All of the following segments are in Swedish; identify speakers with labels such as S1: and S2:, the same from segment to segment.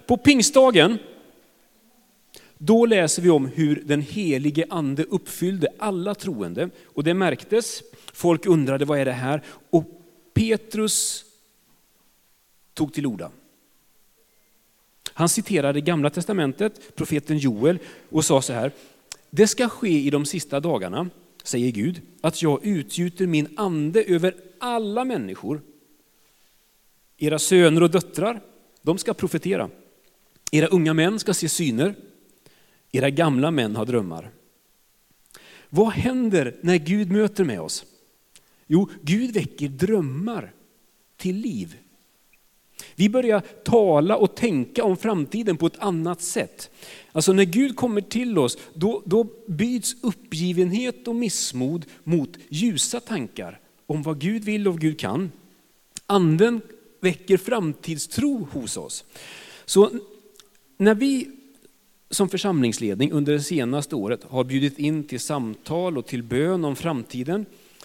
S1: På pingstdagen, då läser vi om hur den helige ande uppfyllde alla troende. Och det märktes, folk undrade vad är det här? Och Petrus tog till orda. Han citerade Gamla testamentet, profeten Joel, och sa så här: det ska ske i de sista dagarna, säger Gud, att jag utgjuter min ande över alla människor. Era söner och döttrar, de ska profetera. Era unga män ska se syner. Era gamla män har drömmar. Vad händer när Gud möter med oss? Jo, Gud väcker drömmar till liv. Vi börjar tala och tänka om framtiden på ett annat sätt. Alltså när Gud kommer till oss, då byts uppgivenhet och missmod mot ljusa tankar om vad Gud vill och vad Gud kan. Anden väcker framtidstro hos oss. Så när vi som församlingsledning under det senaste året har bjudit in till samtal och till bön om framtiden,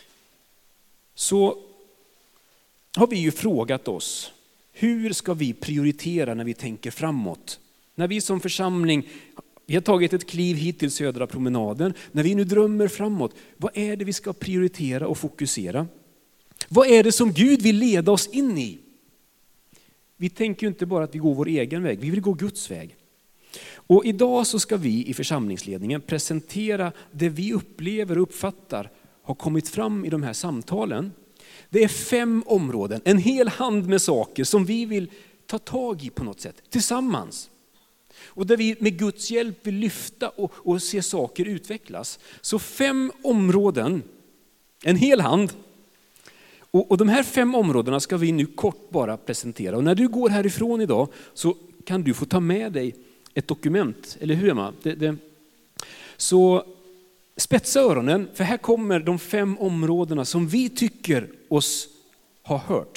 S1: så har vi ju frågat oss, hur ska vi prioritera när vi tänker framåt? När vi som församling, vi har tagit ett kliv hit till Södra promenaden, när vi nu drömmer framåt, vad är det vi ska prioritera och fokusera? Vad är det som Gud vill leda oss in i? Vi tänker ju inte bara att vi går vår egen väg, vi vill gå Guds väg. Och idag så ska vi i församlingsledningen presentera det vi upplever och uppfattar har kommit fram i de här samtalen. Det är 5 områden, en hel hand med saker som vi vill ta tag i på något sätt tillsammans. Och där vi med Guds hjälp vill lyfta och se saker utvecklas. Så 5 områden, en hel hand. Och de här 5 områdena ska vi nu kort bara presentera. Och när du går härifrån idag så kan du få ta med dig ett dokument, eller hur Emma? Så spetsa öronen, för här kommer de 5 områdena som vi tycker oss ha hört.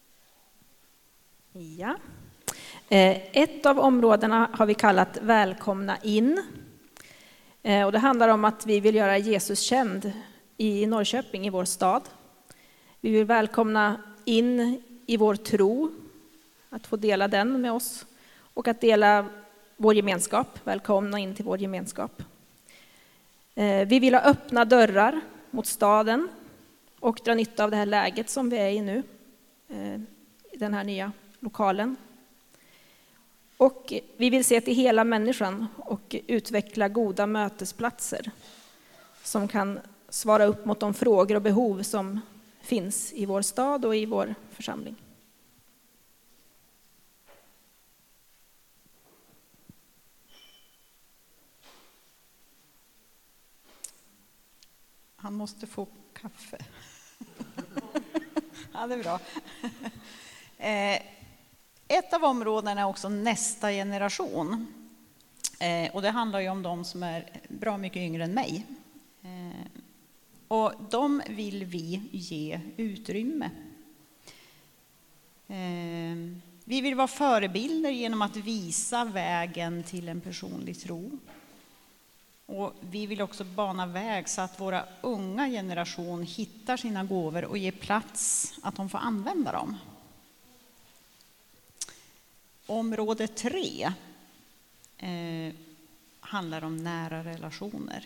S2: Ja. Ett av områdena har vi kallat välkomna in. Och det handlar om att vi vill göra Jesus känd i Norrköping, i vår stad. Vi vill välkomna in i vår tro, att få dela den med oss och att dela vår gemenskap, välkomna in till vår gemenskap. Vi vill ha öppna dörrar mot staden och dra nytta av det här läget som vi är i nu, i den här nya lokalen. Och vi vill se till hela människan och utveckla goda mötesplatser som kan svara upp mot de frågor och behov som finns i vår stad och i vår församling.
S3: Han måste få kaffe. Ja, det är bra. Ett av områdena är också nästa generation. Och det handlar ju om de som är bra mycket yngre än mig. Och de vill vi ge utrymme. Vi vill vara förebilder genom att visa vägen till en personlig tro. Och vi vill också bana väg så att våra unga generation hittar sina gåvor och ger plats att de får använda dem. Område 3 handlar om nära relationer.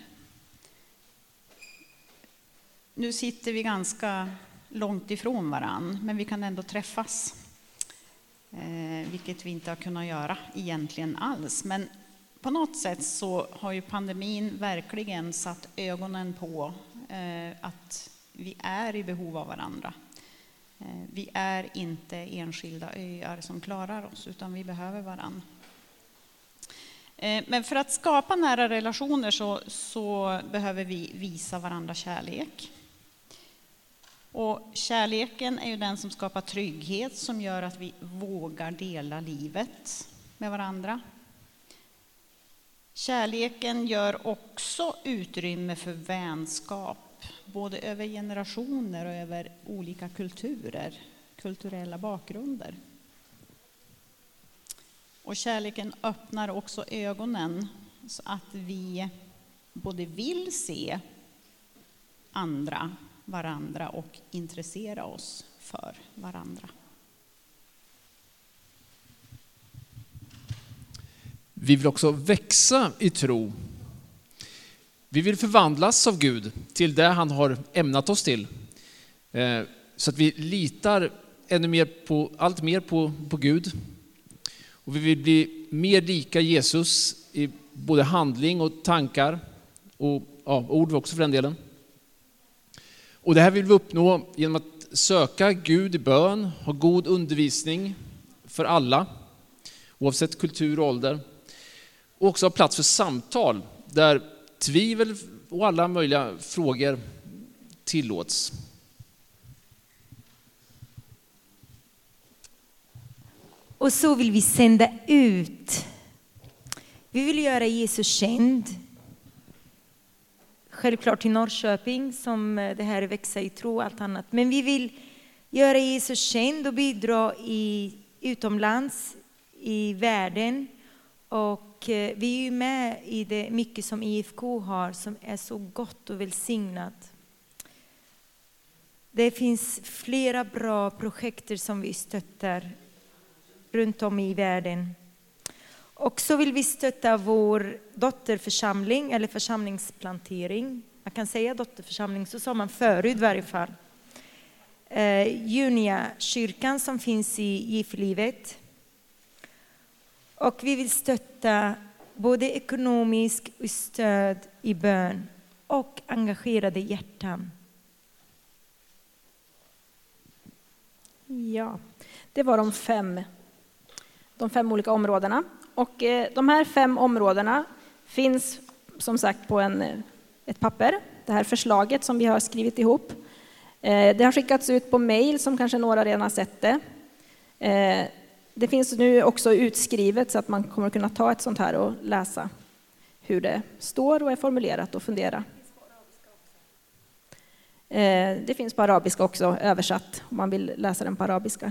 S3: Nu sitter vi ganska långt ifrån varann, men vi kan ändå träffas. Vilket vi inte har kunnat göra egentligen alls. Men på något sätt så har ju pandemin verkligen satt ögonen på att vi är i behov av varandra. Vi är inte enskilda öar som klarar oss, utan vi behöver varandra. Men för att skapa nära relationer så behöver vi visa varandra kärlek. Och kärleken är ju den som skapar trygghet, som gör att vi vågar dela livet med varandra. Kärleken gör också utrymme för vänskap, både över generationer och över olika kulturer, kulturella bakgrunder. Och kärleken öppnar också ögonen så att vi både vill se varandra och intressera oss för varandra.
S4: Vi vill också växa i tro. Vi vill förvandlas av Gud till det han har ämnat oss till. Så att vi litar ännu mer allt mer på Gud. Och vi vill bli mer lika Jesus i både handling och tankar och ord också för den delen. Och det här vill vi uppnå genom att söka Gud i bön, ha god undervisning för alla, oavsett kultur och ålder. Och också ha plats för samtal där tvivel och alla möjliga frågor tillåts.
S5: Och så vill vi sända ut. Vi vill göra Jesus känd. Självklart i Norrköping som det här är växa i tro och allt annat. Men vi vill göra Jesus känd och bidra utomlands i världen. Och vi är ju med i det mycket som IFK har som är så gott och välsignat. Det finns flera bra projekt som vi stöttar runt om i världen. Och så vill vi stötta vår dotterförsamling eller församlingsplantering. Man kan säga dotterförsamling, så sa man förut i varje fall. Junia-kyrkan som finns i Giflivet. Och vi vill stötta både ekonomiskt och stöd i bön och engagerade hjärtan.
S2: Ja, det var de fem olika områdena. Och de här 5 områdena finns som sagt på ett papper. Det här förslaget som vi har skrivit ihop. Det har skickats ut på mejl som kanske några redan har sett det. Det finns nu också utskrivet så att man kommer kunna ta ett sånt här och läsa hur det står och är formulerat och fundera. Det finns på arabiska också översatt om man vill läsa den på arabiska.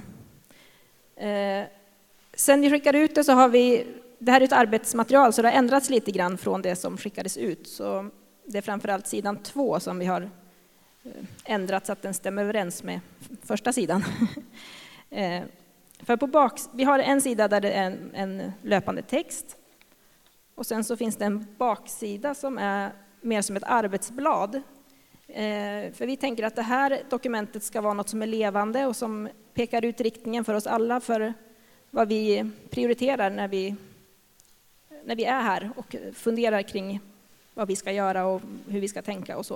S2: Sen vi skickade ut det så har det här är ett arbetsmaterial så det har ändrats lite grann från det som skickades ut. Så det är framförallt sidan 2 som vi har ändrat så att den stämmer överens med första sidan. För vi har en sida där det är en löpande text. Och sen så finns det en baksida som är mer som ett arbetsblad. För vi tänker att det här dokumentet ska vara något som är levande och som pekar ut riktningen för oss alla för vad vi prioriterar när vi är här och funderar kring vad vi ska göra och hur vi ska tänka och så.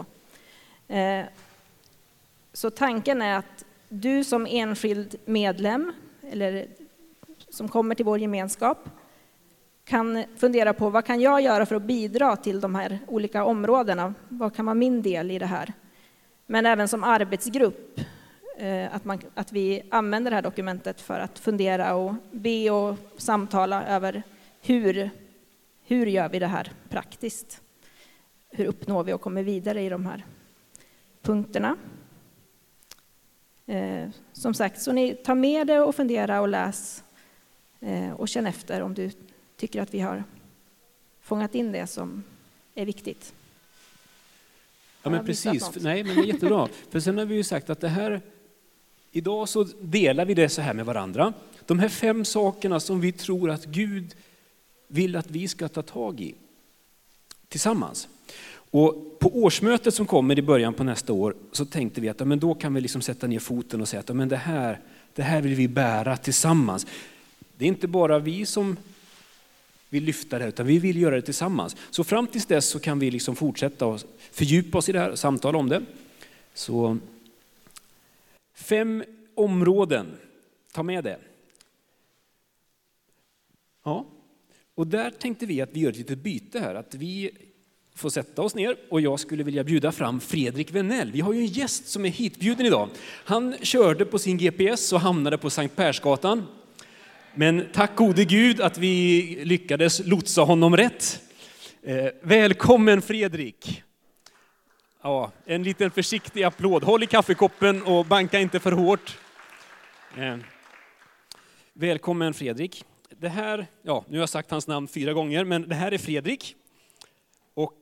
S2: Så tanken är att du som enskild medlem eller som kommer till vår gemenskap kan fundera på vad kan jag göra för att bidra till de här olika områdena? Vad kan vara min del i det här? Men även som arbetsgrupp att vi använder det här dokumentet för att fundera och be och samtala över hur gör vi det här praktiskt? Hur uppnår vi och kommer vidare i de här punkterna? Som sagt, så ni tar med det och fundera och läs och känn efter om du tycker att vi har fångat in det som är viktigt.
S1: Ja, men precis. Nej, men det är jättebra. För sen har vi ju sagt att det här, idag så delar vi det så här med varandra. De här 5 sakerna som vi tror att Gud vill att vi ska ta tag i tillsammans. Och på årsmötet som kommer i början på nästa år så tänkte vi att men då kan vi liksom sätta ner foten och säga att men det här vill vi bära tillsammans. Det är inte bara vi som vill lyfta det här, utan vi vill göra det tillsammans. Så fram tills dess så kan vi liksom fortsätta och fördjupa oss i det här och samtala om det. Så 5 områden, ta med det. Ja, och där tänkte vi att vi gör ett litet byte här, att vi får sätta oss ner och jag skulle vilja bjuda fram Fredrik Venell. Vi har ju en gäst som är hitbjuden idag. Han körde på sin GPS och hamnade på Sankt Persgatan. Men tack gode Gud att vi lyckades lotsa honom rätt. Välkommen Fredrik. Ja, en liten försiktig applåd. Håll i kaffekoppen och banka inte för hårt. Välkommen Fredrik. Det här, nu har jag sagt hans namn 4 gånger, men det här är Fredrik. Och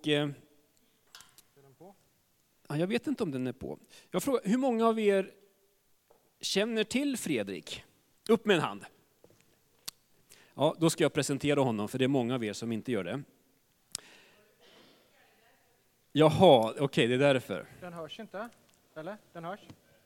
S1: jag vet inte om den är på. Jag frågar, hur många av er känner till Fredrik? Upp med en hand. Ja, då ska jag presentera honom, för det är många av er som inte gör det. Jaha, okej, det är därför.
S6: Den hörs inte, eller? Den hörs?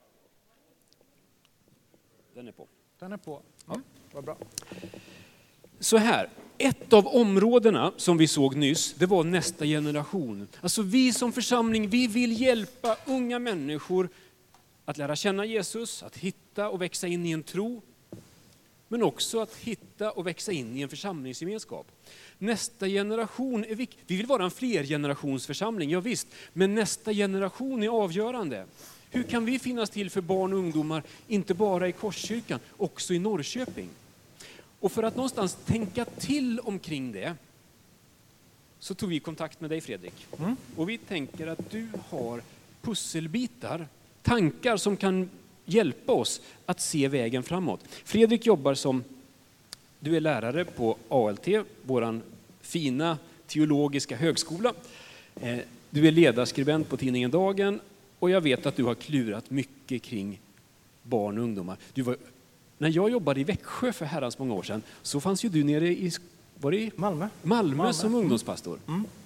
S1: Den är på.
S6: Den är på. Ja, vad bra.
S1: Så här, ett av områdena som vi såg nyss, det var nästa generation. Alltså vi som församling, vi vill hjälpa unga människor att lära känna Jesus, att hitta och växa in i en tro, men också att hitta och växa in i en församlingsgemenskap. Nästa generation är viktig. Vi vill vara en flergenerationsförsamling, ja visst, men nästa generation är avgörande. Hur kan vi finnas till för barn och ungdomar, inte bara i Korskyrkan, också i Norrköping? Och för att någonstans tänka till omkring det, så tog vi kontakt med dig, Fredrik. Och vi tänker att du har pusselbitar, tankar som kan hjälpa oss att se vägen framåt. Fredrik jobbar du är lärare på ALT, våran fina teologiska högskola. Du är ledarskribent på tidningen Dagen, och jag vet att du har klurat mycket kring barn och ungdomar. När jag jobbade i Växjö för herrans många år sedan, så fanns ju du nere i Malmö som ungdomspastor.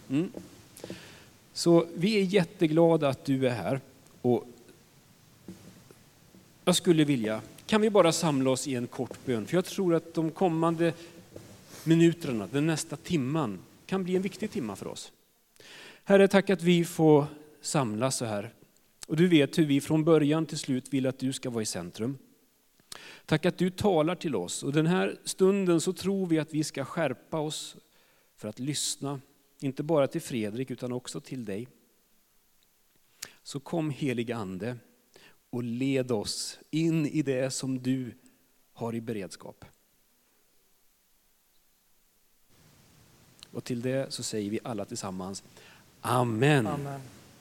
S1: Så vi är jätteglada att du är här. Och jag skulle vilja, kan vi bara samla oss i en kort bön? För jag tror att de kommande minuterna, den nästa timman, kan bli en viktig timma för oss. Herre, tack att vi får samlas så här. Och du vet hur vi från början till slut vill att du ska vara i centrum. Tack att du talar till oss. Och den här stunden så tror vi att vi ska skärpa oss för att lyssna. Inte bara till Fredrik utan också till dig. Så kom, heliga ande, och led oss in i det som du har i beredskap. Och till det så säger vi alla tillsammans Amen.
S6: Amen.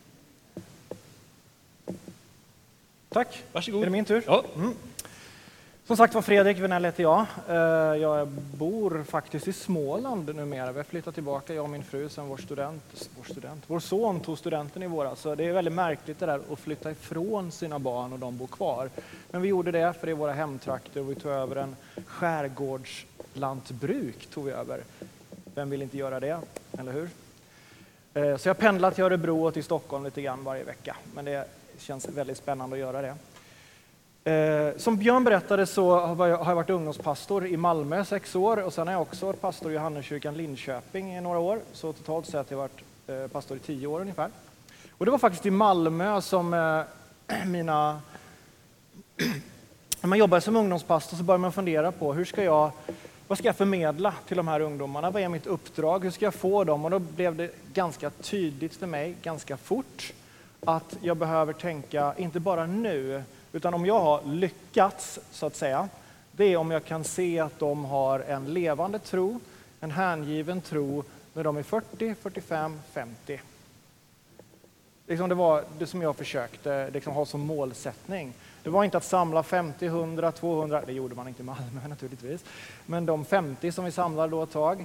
S6: Tack.
S1: Varsågod.
S6: Är det min tur?
S1: Ja.
S6: Som sagt var, Fredrik Venell heter jag. Jag bor faktiskt i Småland numera. Vi har flyttat tillbaka, jag och min fru, sen vår son tog studenten i våras. Så det är väldigt märkligt det där att flytta ifrån sina barn och de bor kvar. Men vi gjorde det för det är våra hemtrakter och vi tog över en skärgårdslantbruk. Vem vill inte göra det, eller hur? Så jag pendlar till Örebro och till Stockholm lite grann varje vecka. Men det känns väldigt spännande att göra det. Som Björn berättade så har jag varit ungdomspastor i Malmö 6 år och sen har jag också varit pastor i Johanneskyrkan Linköping i några år. Så totalt sett har jag varit pastor i 10 år ungefär. Och det var faktiskt i Malmö som när man jobbar som ungdomspastor så börjar man fundera på vad ska jag förmedla till de här ungdomarna? Vad är mitt uppdrag? Hur ska jag få dem? Och då blev det ganska tydligt för mig, ganska fort, att jag behöver tänka, inte bara nu, utan om jag har lyckats, så att säga, det är om jag kan se att de har en levande tro, en hängiven tro, när de är 40, 45, 50. Det var det som jag försökte ha som målsättning. Det var inte att samla 50, 100, 200, det gjorde man inte i Malmö naturligtvis, men de 50 som vi samlade då ett tag,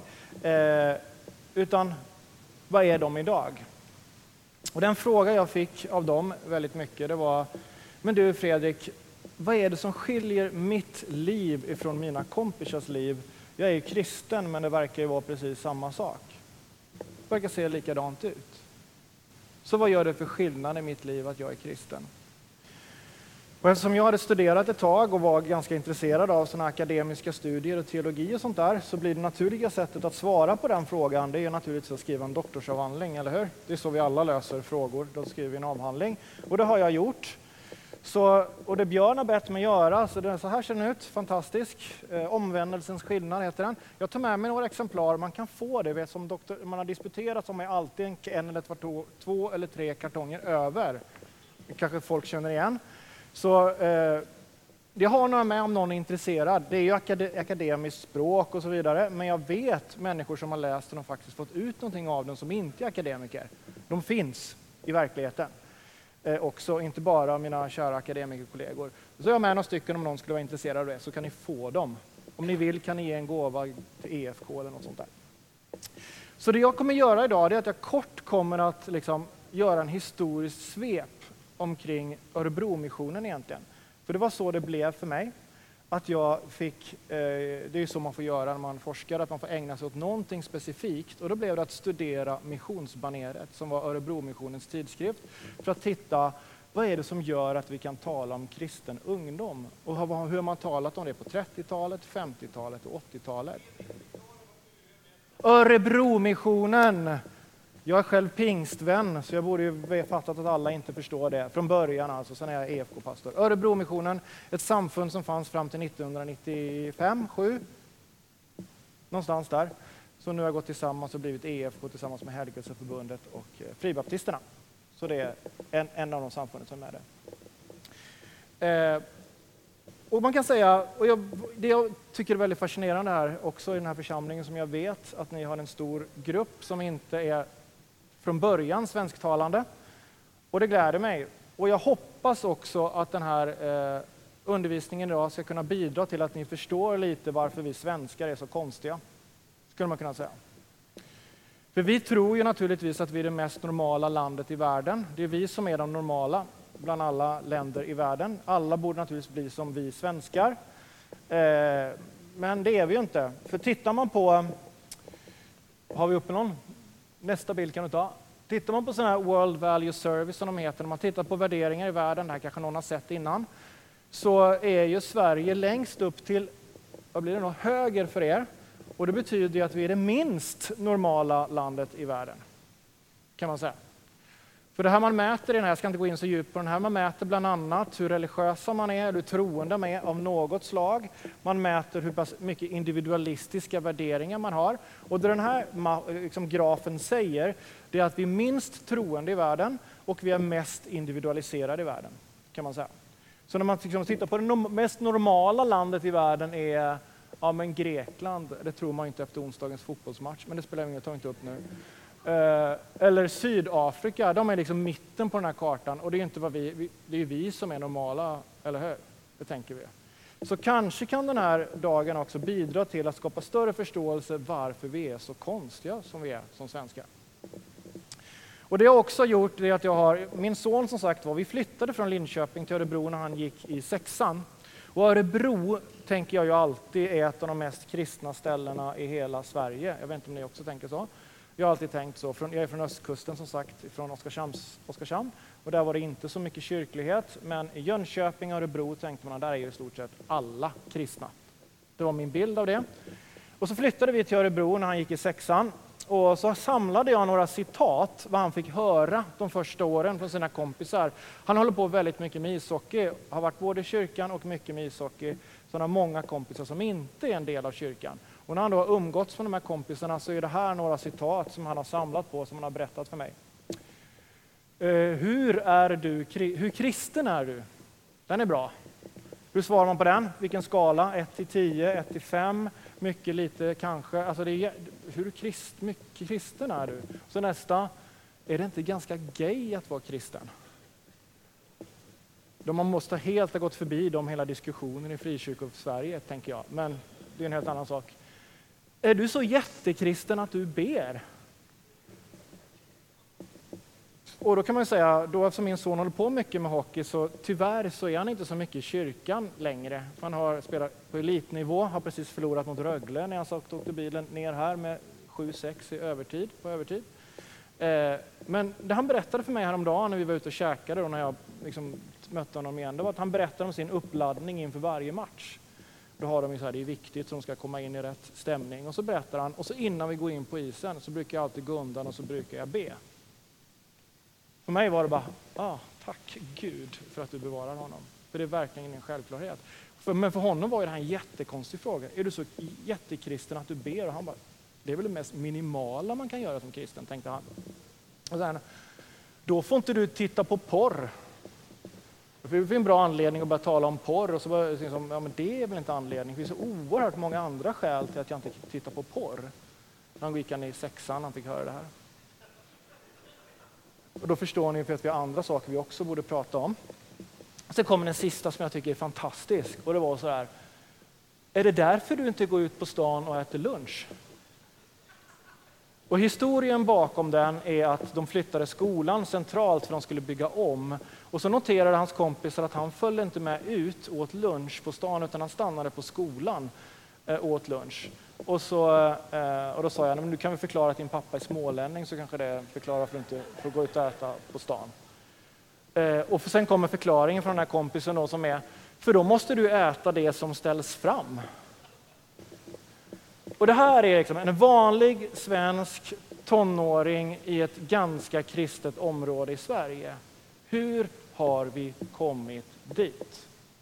S6: utan vad är de idag? Och den fråga jag fick av dem väldigt mycket, det var, men du Fredrik, vad är det som skiljer mitt liv ifrån mina kompisars liv? Jag är ju kristen, men det verkar ju vara precis samma sak. Det verkar se likadant ut. Så vad gör det för skillnad i mitt liv att jag är kristen? Och eftersom jag hade studerat ett tag och var ganska intresserad av sådana akademiska studier och teologi och sånt där, så blir det naturliga sättet att svara på den frågan, det är naturligtvis att skriva en doktorsavhandling, eller hur? Det är så vi alla löser frågor, då skriver vi en avhandling. Och det har jag gjort. Och det Björn har bett mig göra, så här ser den ut, fantastisk. Omvändelsens skillnad heter den. Jag tar med mig några exemplar, man kan få det, som man har disputerat som är alltid en eller två eller 3 kartonger över. Kanske folk känner igen. Så jag har några med om någon är intresserad. Det är ju akademiskt språk och så vidare, men jag vet människor som har läst den och faktiskt fått ut någonting av den som inte är akademiker. De finns i verkligheten. Också, inte bara mina kära akademikerkollegor. Så jag har med några stycken om någon skulle vara intresserad av det, så kan ni få dem. Om ni vill kan ni ge en gåva till EFK eller något sånt där. Så det jag kommer göra idag är att jag kort kommer att göra en historisk svep omkring Örebromissionen egentligen. För det var så det blev för mig. att jag fick, det är ju så man får göra när man forskar, att man får ägna sig åt någonting specifikt. Och då blev det att studera Missionsbaneret, som var Örebromissionens tidskrift, för att titta, vad är det som gör att vi kan tala om kristen ungdom? Och hur har man talat om det på 30-talet, 50-talet och 80-talet? Örebromissionen! Jag är själv pingstvän, så jag borde ju fattat att alla inte förstår det. Från början alltså, sen är jag EFK-pastor. Örebromissionen, ett samfund som fanns fram till 1995-7. Någonstans där. Så nu har jag gått tillsammans och blivit EFK tillsammans med Helgelseförbundet och Fribaptisterna. Så det är en av de samfunden som är där. Och man kan säga, och det jag tycker är väldigt fascinerande här också i den här församlingen, som jag vet att ni har en stor grupp som inte är från början svensktalande. Och det gläder mig. Och jag hoppas också att den här undervisningen idag ska kunna bidra till att ni förstår lite varför vi svenskar är så konstiga. Skulle man kunna säga. För vi tror ju naturligtvis att vi är det mest normala landet i världen. Det är vi som är de normala bland alla länder i världen. Alla borde naturligtvis bli som vi svenskar. Men det är vi ju inte. För tittar man på, har vi uppe någon? Nästa bild kan du ta. Tittar man på sån här World Value Service som de heter, när man tittar på värderingar i världen, det här kanske någon har sett innan, så är ju Sverige längst upp till, vad blir det då, höger för er. Och det betyder ju att vi är det minst normala landet i världen, kan man säga. För det här man mäter i den här, jag ska inte gå in så djupt på den här, man mäter bland annat hur religiösa man är, hur troende man är av något slag. Man mäter hur pass mycket individualistiska värderingar man har. Och det den här liksom, grafen säger, det är att vi är minst troende i världen och vi är mest individualiserade i världen, kan man säga. Så när man liksom tittar på det mest normala landet i världen är, ja men Grekland, det tror man inte efter onsdagens fotbollsmatch, men det spelar ingen, jag tar inte upp nu. Eller Sydafrika, de är liksom mitten på den här kartan, och det är inte vad det är vi som är normala, eller hur? Det tänker vi. Så kanske kan den här dagen också bidra till att skapa större förståelse varför vi är så konstiga som vi är som svenskar. Och det har också gjort det att jag har, min son som sagt var, vi flyttade från Linköping till Örebro när han gick i 6:an. Och Örebro tänker jag ju alltid är ett av de mest kristna ställena i hela Sverige. Jag vet inte om ni också tänker så. Jag har alltid tänkt så. Jag är från östkusten som sagt, från Oskarshamn. Och där var det inte så mycket kyrklighet. Men i Jönköping och Örebro tänkte man att där är ju i stort sett alla kristna. Det var min bild av det. Och så flyttade vi till Örebro när han gick i 6:an. Och så samlade jag några citat vad han fick höra de första åren från sina kompisar. Han håller på väldigt mycket med ishockey. Har varit både i kyrkan och mycket med ishockey. Så han har många kompisar som inte är en del av kyrkan. Och när han då har umgåtts med de här kompisarna så är det här några citat som han har samlat på, som han har berättat för mig. Hur kristen är du? Den är bra. Hur svarar man på den? Vilken skala? 1-10, 1-5, mycket, lite, kanske. Alltså det är, mycket kristen är du? Så nästa, är det inte ganska gay att vara kristen? Man måste helt ha gått förbi hela diskussionen i frikyrkor för Sverige, tänker jag. Men det är en helt annan sak. Är du så jättekristen att du ber? Och då kan man säga, då eftersom min son håller på mycket med hockey, så tyvärr så är han inte så mycket i kyrkan längre. Han har spelat på elitnivå, har precis förlorat mot Rögle när han åkte bilen ner här med 7-6 på övertid. Men det han berättade för mig häromdagen när vi var ute och käkade och när jag liksom mötte honom igen, det var att han berättade om sin uppladdning inför varje match. Då har de ju så här, det är viktigt så de ska komma in i rätt stämning. Och så berättar han, och så innan vi går in på isen så brukar jag alltid gå undan och så brukar jag be. För mig var det bara, tack Gud för att du bevarar honom. För det är verkligen en självklarhet. Men för honom var det här en jättekonstig fråga. Är du så jättekristen att du ber? Och han bara, det är väl det mest minimala man kan göra som kristen, tänkte han. Och sen, då får inte du titta på porr. Det finns en bra anledning att börja tala om porr. Och så bara, liksom, ja men det är väl inte anledning. Det finns så oerhört många andra skäl till att jag inte tittar på porr. När han gick i 6:an, han fick höra det här. Och då förstår ni för att vi har andra saker vi också borde prata om. Sen kommer den sista som jag tycker är fantastisk. Och det var så här. Är det därför du inte går ut på stan och äter lunch? Och historien bakom den är att de flyttade skolan centralt för de skulle bygga om. Och så noterade hans kompisar att han följde inte med ut och åt lunch på stan, utan han stannade på skolan och åt lunch. Och då sa jag, men du kan väl förklara att din pappa är smålänning, så kanske det förklarar varför du inte får gå ut och äta på stan. Och sen kommer förklaringen från den här kompisen då, som är, för då måste du äta det som ställs fram. Och det här är liksom en vanlig svensk tonåring i ett ganska kristet område i Sverige. Hur har vi kommit dit?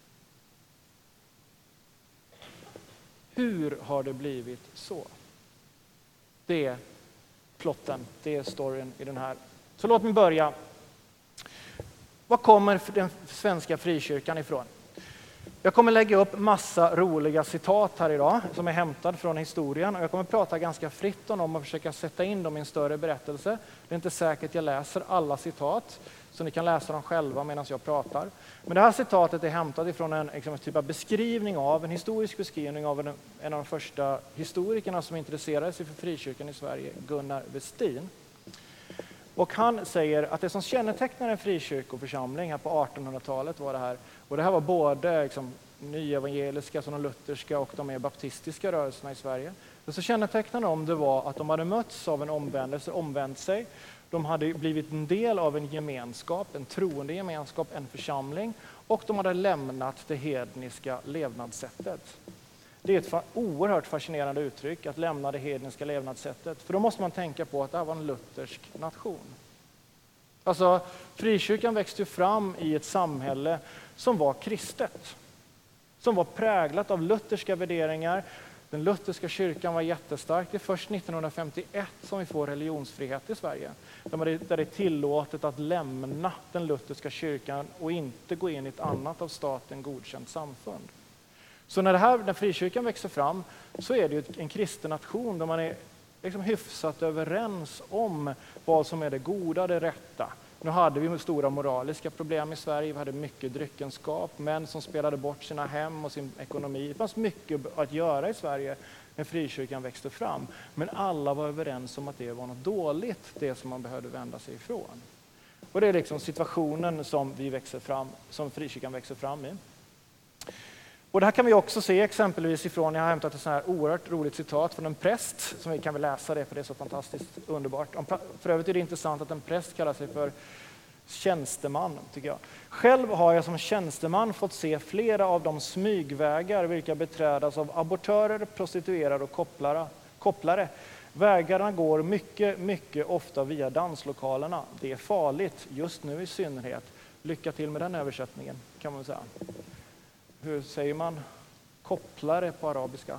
S6: Hur har det blivit så? Det är plotten, det är storyn i den här. Så låt mig börja. Var kommer den svenska frikyrkan ifrån? Jag kommer lägga upp massa roliga citat här idag som är hämtade från historien, och jag kommer prata ganska fritt om dem och försöka sätta in dem i en större berättelse. Det är inte säkert jag läser alla citat, så ni kan läsa dem själva medan jag pratar. Men det här citatet är hämtat ifrån en typ av beskrivning av, en historisk beskrivning av en av de första historikerna som intresserade sig för frikyrkan i Sverige, Gunnar Westin. Och han säger att det som kännetecknar en frikyrkoförsamling här på 1800-talet var det här, och det här var både nyevangeliska, som de lutherska och de mer baptistiska rörelserna i Sverige. Det som kännetecknade dem, det var att de hade mötts av en omvändelse, omvänt sig. De hade blivit en del av en gemenskap, en troende gemenskap, en församling, och de hade lämnat det hedniska levnadssättet. Det är ett oerhört fascinerande uttryck, att lämna det hedniska levnadssättet. För då måste man tänka på att det här var en luthersk nation. Alltså, frikyrkan växte fram i ett samhälle som var kristet. Som var präglat av lutherska värderingar. Den lutherska kyrkan var jättestark. Det är först 1951 som vi får religionsfrihet i Sverige. Där det är tillåtet att lämna den lutherska kyrkan och inte gå in i ett annat av staten godkänt samfund. Så när frikyrkan växer fram, så är det en kristen nation där man är hyfsat överens om vad som är det goda, det rätta. Nu hade vi stora moraliska problem i Sverige, vi hade mycket dryckenskap, män som spelade bort sina hem och sin ekonomi. Det fanns mycket att göra i Sverige när frikyrkan växte fram. Men alla var överens om att det var något dåligt, det som man behövde vända sig ifrån. Och det är situationen som som frikyrkan växer fram i. Och det här kan vi också se exempelvis ifrån, jag har hämtat ett sånt här oerhört roligt citat från en präst, som vi kan väl läsa det, för det är så fantastiskt underbart. För övrigt är det intressant att en präst kallar sig för tjänsteman, tycker jag. Själv har jag som tjänsteman fått se flera av de smygvägar vilka beträdas av abortörer, prostituerade och kopplare. Vägarna går mycket, mycket ofta via danslokalerna. Det är farligt, just nu i synnerhet. Lycka till med den översättningen, kan man säga. Hur säger man kopplare på arabiska?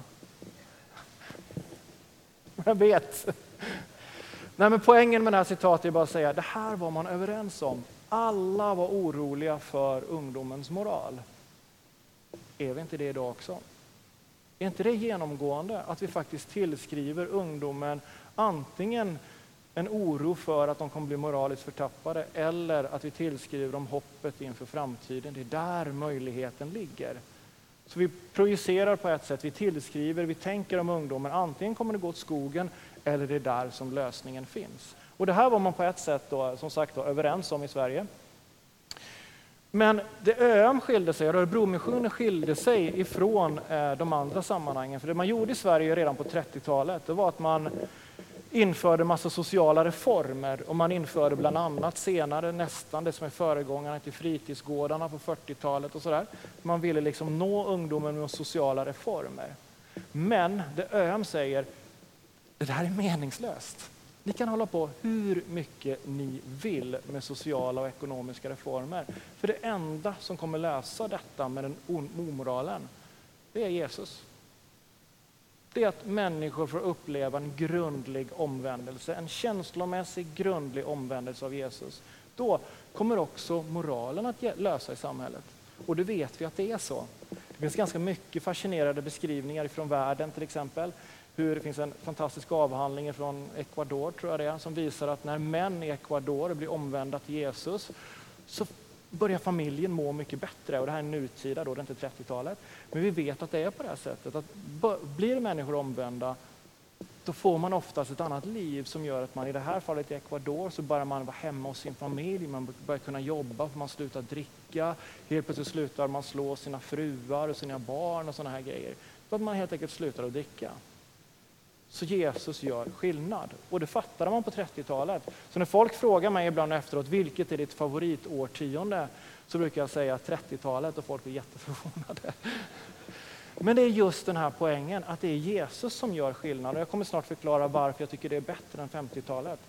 S6: Jag vet. Nej, men poängen med det här citatet är bara att säga, det här var man överens om. Alla var oroliga för ungdomens moral. Är vi inte det idag också? Är inte det genomgående att vi faktiskt tillskriver ungdomen antingen en oro för att de kommer bli moraliskt förtappade, eller att vi tillskriver dem hoppet inför framtiden. Det är där möjligheten ligger. Så vi projicerar på ett sätt, vi tänker om ungdomen, antingen kommer det gå åt skogen eller det är där som lösningen finns. Och det här var man på ett sätt då, som sagt då, överens om i Sverige. Men det ÖM skilde sig, Örebromissionen skilde sig ifrån de andra sammanhangen. För det man gjorde i Sverige redan på 30-talet, det var att man införde massa sociala reformer, och man införde bland annat senare nästan det som är föregångarna till fritidsgårdarna på 40-talet och sådär. Man ville nå ungdomen med sociala reformer. Men det ÖM säger, det här är meningslöst. Ni kan hålla på hur mycket ni vill med sociala och ekonomiska reformer. För det enda som kommer lösa detta med den omoralen, det är Jesus. Det är att människor får uppleva en grundlig omvändelse, en känslomässig grundlig omvändelse av Jesus. Då kommer också moralen att lösa i samhället. Och det vet vi att det är så. Det finns ganska mycket fascinerande beskrivningar från världen till exempel. Det finns en fantastisk avhandling från Ecuador, tror jag det är, som visar att när män i Ecuador blir omvända till Jesus, så börjar familjen må mycket bättre. Och det här är nutida då, det är inte 30-talet. Men vi vet att det är på det här sättet. Att blir människor omvända, då får man oftast ett annat liv som gör att man i det här fallet i Ecuador så börjar man vara hemma hos sin familj, man börjar kunna jobba, man slutar dricka, helt plötsligt slutar man slå sina fruar och sina barn och sådana här grejer. Så att man helt enkelt slutar att dricka. Så Jesus gör skillnad. Och det fattade man på 30-talet. Så när folk frågar mig ibland efteråt, vilket är ditt favoritårtionde? Så brukar jag säga 30-talet och folk är jätteförvånade. Men det är just den här poängen, att det är Jesus som gör skillnad. Och jag kommer snart förklara varför jag tycker det är bättre än 50-talet.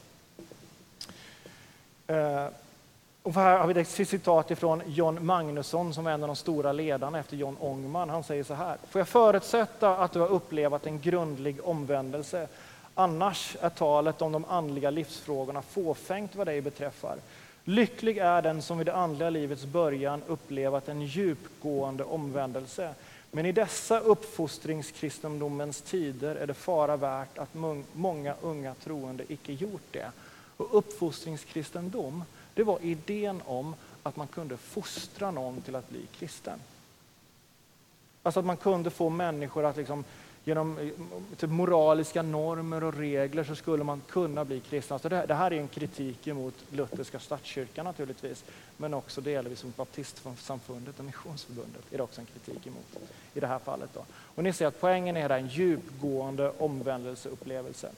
S6: Och här har vi ett citat ifrån John Magnusson som är en av de stora ledarna efter John Ångman. Han säger så här: får jag förutsätta att du har upplevt en grundlig omvändelse? Annars är talet om de andliga livsfrågorna fåfängt vad dig beträffar. Lycklig är den som vid det andliga livets början upplevat en djupgående omvändelse. Men i dessa uppfostringskristendomens tider är det fara värt att många unga troende icke gjort det. Och uppfostringskristendom, det var idén om att man kunde fostra någon till att bli kristen. Alltså att man kunde få människor att liksom, genom typ moraliska normer och regler så skulle man kunna bli kristna. Alltså det här är en kritik emot lutherska statskyrkan naturligtvis, men också delvis som baptistsamfundet och missionsförbundet är det också en kritik emot i det här fallet. Då. Och ni ser att poängen är en djupgående omvändelseupplevelse.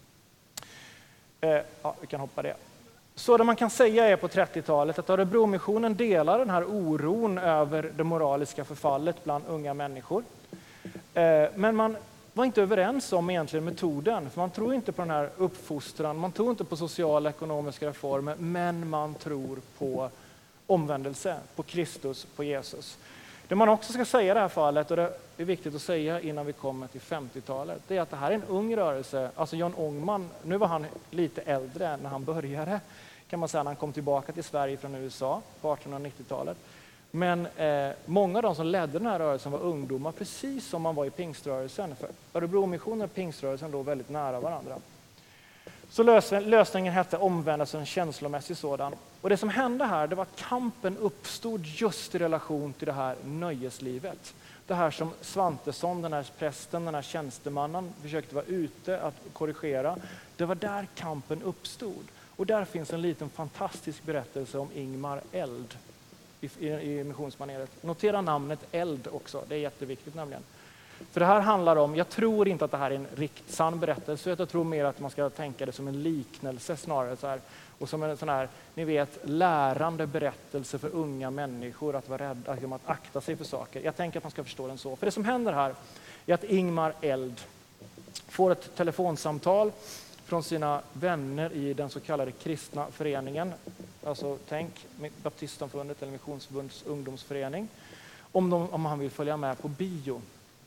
S6: Vi kan hoppa det. Så det man kan säga är på 30-talet att Örebromissionen delar den här oron över det moraliska förfallet bland unga människor. Men man var inte överens om egentligen metoden, för man tror inte på den här uppfostran, man tror inte på sociala och ekonomiska reformer, men man tror på omvändelse, på Kristus, på Jesus. Det man också ska säga i det här fallet, och det är viktigt att säga innan vi kommer till 50-talet, det är att det här är en ung rörelse. Alltså John Ångman, nu var han lite äldre när han började, kan man säga, när han kom tillbaka till Sverige från USA på 1890-talet. Men många av de som ledde den här rörelsen var ungdomar, precis som man var i pingströrelsen. För Örebromissionen och pingströrelsen låg väldigt nära varandra. Så lösningen hette omvändelse, en känslomässig sådan. Och det som hände här, det var att kampen uppstod just i relation till det här nöjeslivet. Det här som Svantesson, den här prästen, den här tjänstemannen försökte vara ute att korrigera. Det var där kampen uppstod. Och där finns en liten fantastisk berättelse om Ingmar Eld i missionsmaneret. Notera namnet Eld också, det är jätteviktigt nämligen. För det här handlar om, jag tror inte att det här är en riktigt sann berättelse, jag tror mer att man ska tänka det som en liknelse snarare så här. Och som en sån här, ni vet, lärande berättelse för unga människor att vara rädda, att akta sig för saker. Jag tänker att man ska förstå den så. För det som händer här är att Ingmar Eld får ett telefonsamtal från sina vänner i den så kallade kristna föreningen. Alltså tänk baptistsamfundet eller missionsförbundets ungdomsförening. Om han vill följa med på bio.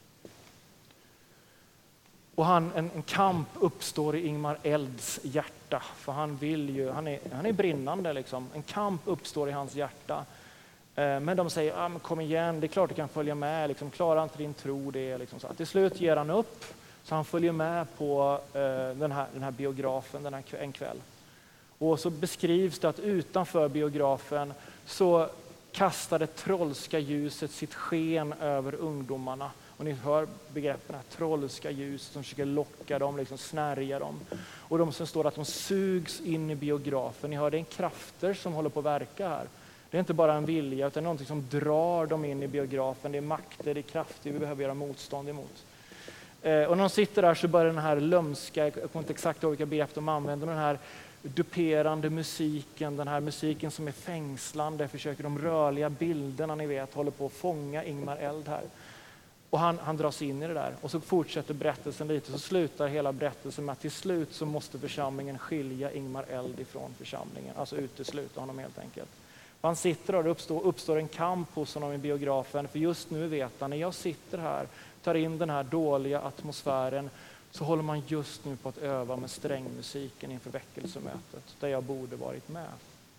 S6: Och en kamp uppstår i Ingmar Elds hjärta. För han är brinnande liksom. En kamp uppstår i hans hjärta. Men de säger, men kom igen, det är klart du kan följa med. Liksom, klara inte din tro det. Liksom, så. Till slut ger han upp. Så han följer med på den här biografen en kväll. Och så beskrivs det att utanför biografen så kastade trollska ljuset sitt sken över ungdomarna. Och ni hör begreppen här, trollska ljus som försöker locka dem, liksom snärja dem. Och de som står att de sugs in i biografen. Ni hör, det är en krafter som håller på att verka här. Det är inte bara en vilja utan någonting som drar dem in i biografen. Det är makter, det är krafter vi behöver göra motstånd emot. Och när de sitter där så börjar den här lömska, jag kommer inte exakt ihåg vilka begrepp de använder, den här duperande musiken, den här musiken som är fängslande, försöker de rörliga bilderna ni vet, håller på att fånga Ingmar Eld här. Och han dras in i det där och så fortsätter berättelsen lite, så slutar hela berättelsen med att till slut så måste församlingen skilja Ingmar Eld ifrån församlingen, alltså utesluta honom helt enkelt. Han sitter där och det uppstår en kamp hos honom i biografen, för just nu vet han, när jag sitter här, tar in den här dåliga atmosfären, så håller man just nu på att öva med strängmusiken inför väckelsemötet, där jag borde varit med.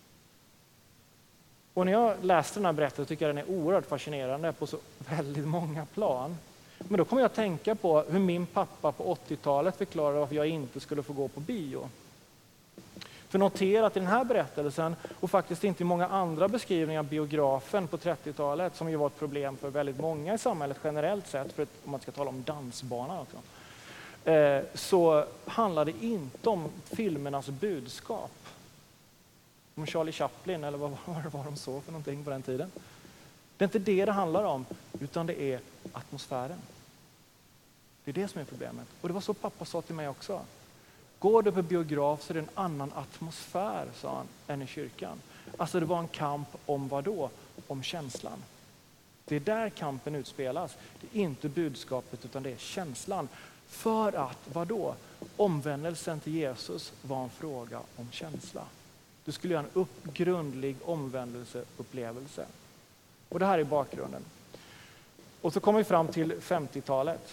S6: Och när jag läste den här berättelsen tycker jag den är oerhört fascinerande på så väldigt många plan. Men då kommer jag att tänka på hur min pappa på 80-talet förklarade varför jag inte skulle få gå på bio. För notera att i den här berättelsen, och faktiskt inte i många andra beskrivningar av biografen på 30-talet, som ju var ett problem för väldigt många i samhället generellt sett, för om man ska tala om dansbanan också. så handlar det inte om filmernas budskap. Om Charlie Chaplin eller vad var de så för någonting på den tiden. Det är inte det handlar om, utan det är atmosfären. Det är det som är problemet. Och det var så pappa sa till mig också. Går du på biograf så är det en annan atmosfär, sa han, än i kyrkan. Alltså det var en kamp om vad då? Om känslan. Det är där kampen utspelas. Det är inte budskapet utan det är känslan. För att vad då? Omvändelsen till Jesus var en fråga om känsla. Du skulle göra en grundlig omvändelseupplevelse. Och det här är bakgrunden. Och så kommer vi fram till 50-talet.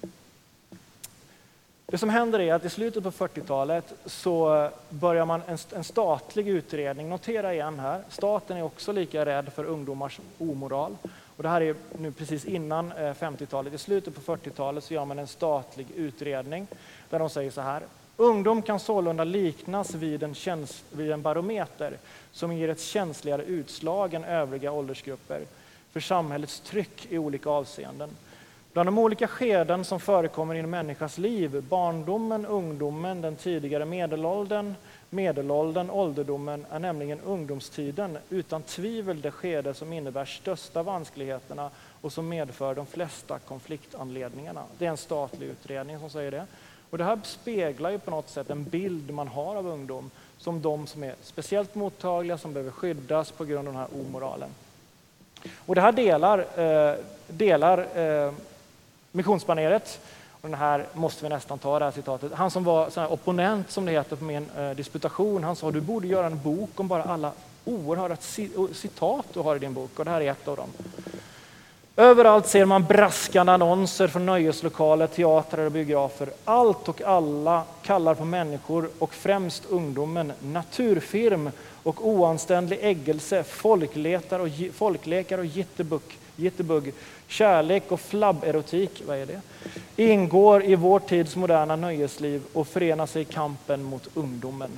S6: Det som händer är att i slutet på 40-talet så börjar man en statlig utredning. Notera igen här, staten är också lika rädd för ungdomars omoral. Och det här är nu precis innan 50-talet. I slutet på 40-talet så gör man en statlig utredning där de säger så här. Ungdom kan sålunda liknas vid en barometer som ger ett känsligare utslag än övriga åldersgrupper för samhällets tryck i olika avseenden. Bland de olika skeden som förekommer i en människas liv, barndomen, ungdomen, den tidigare medelåldern, ålderdomen, är nämligen ungdomstiden utan tvivel det skede som innebär största vanskligheterna och som medför de flesta konfliktanledningarna. Det är en statlig utredning som säger det. Och det här speglar ju på något sätt en bild man har av ungdom som de som är speciellt mottagliga, som behöver skyddas på grund av den här omoralen. Och det här delar Missionsbaneret. Och den här måste vi nästan ta, det här citatet. Han som var sån här opponent, som det heter på min disputation, han sa du borde göra en bok om bara alla oerhörda citat du har i din bok. Och det här är ett av dem. Överallt ser man braskande annonser från nöjeslokaler, teatrar och biografer. Allt och alla kallar på människor och främst ungdomen naturfirm och oanständig äggelse, folklekar och jittebugg, kärlek och flabberotik, vad är det? Ingår i vår tids moderna nöjesliv och förenar sig i kampen mot ungdomen.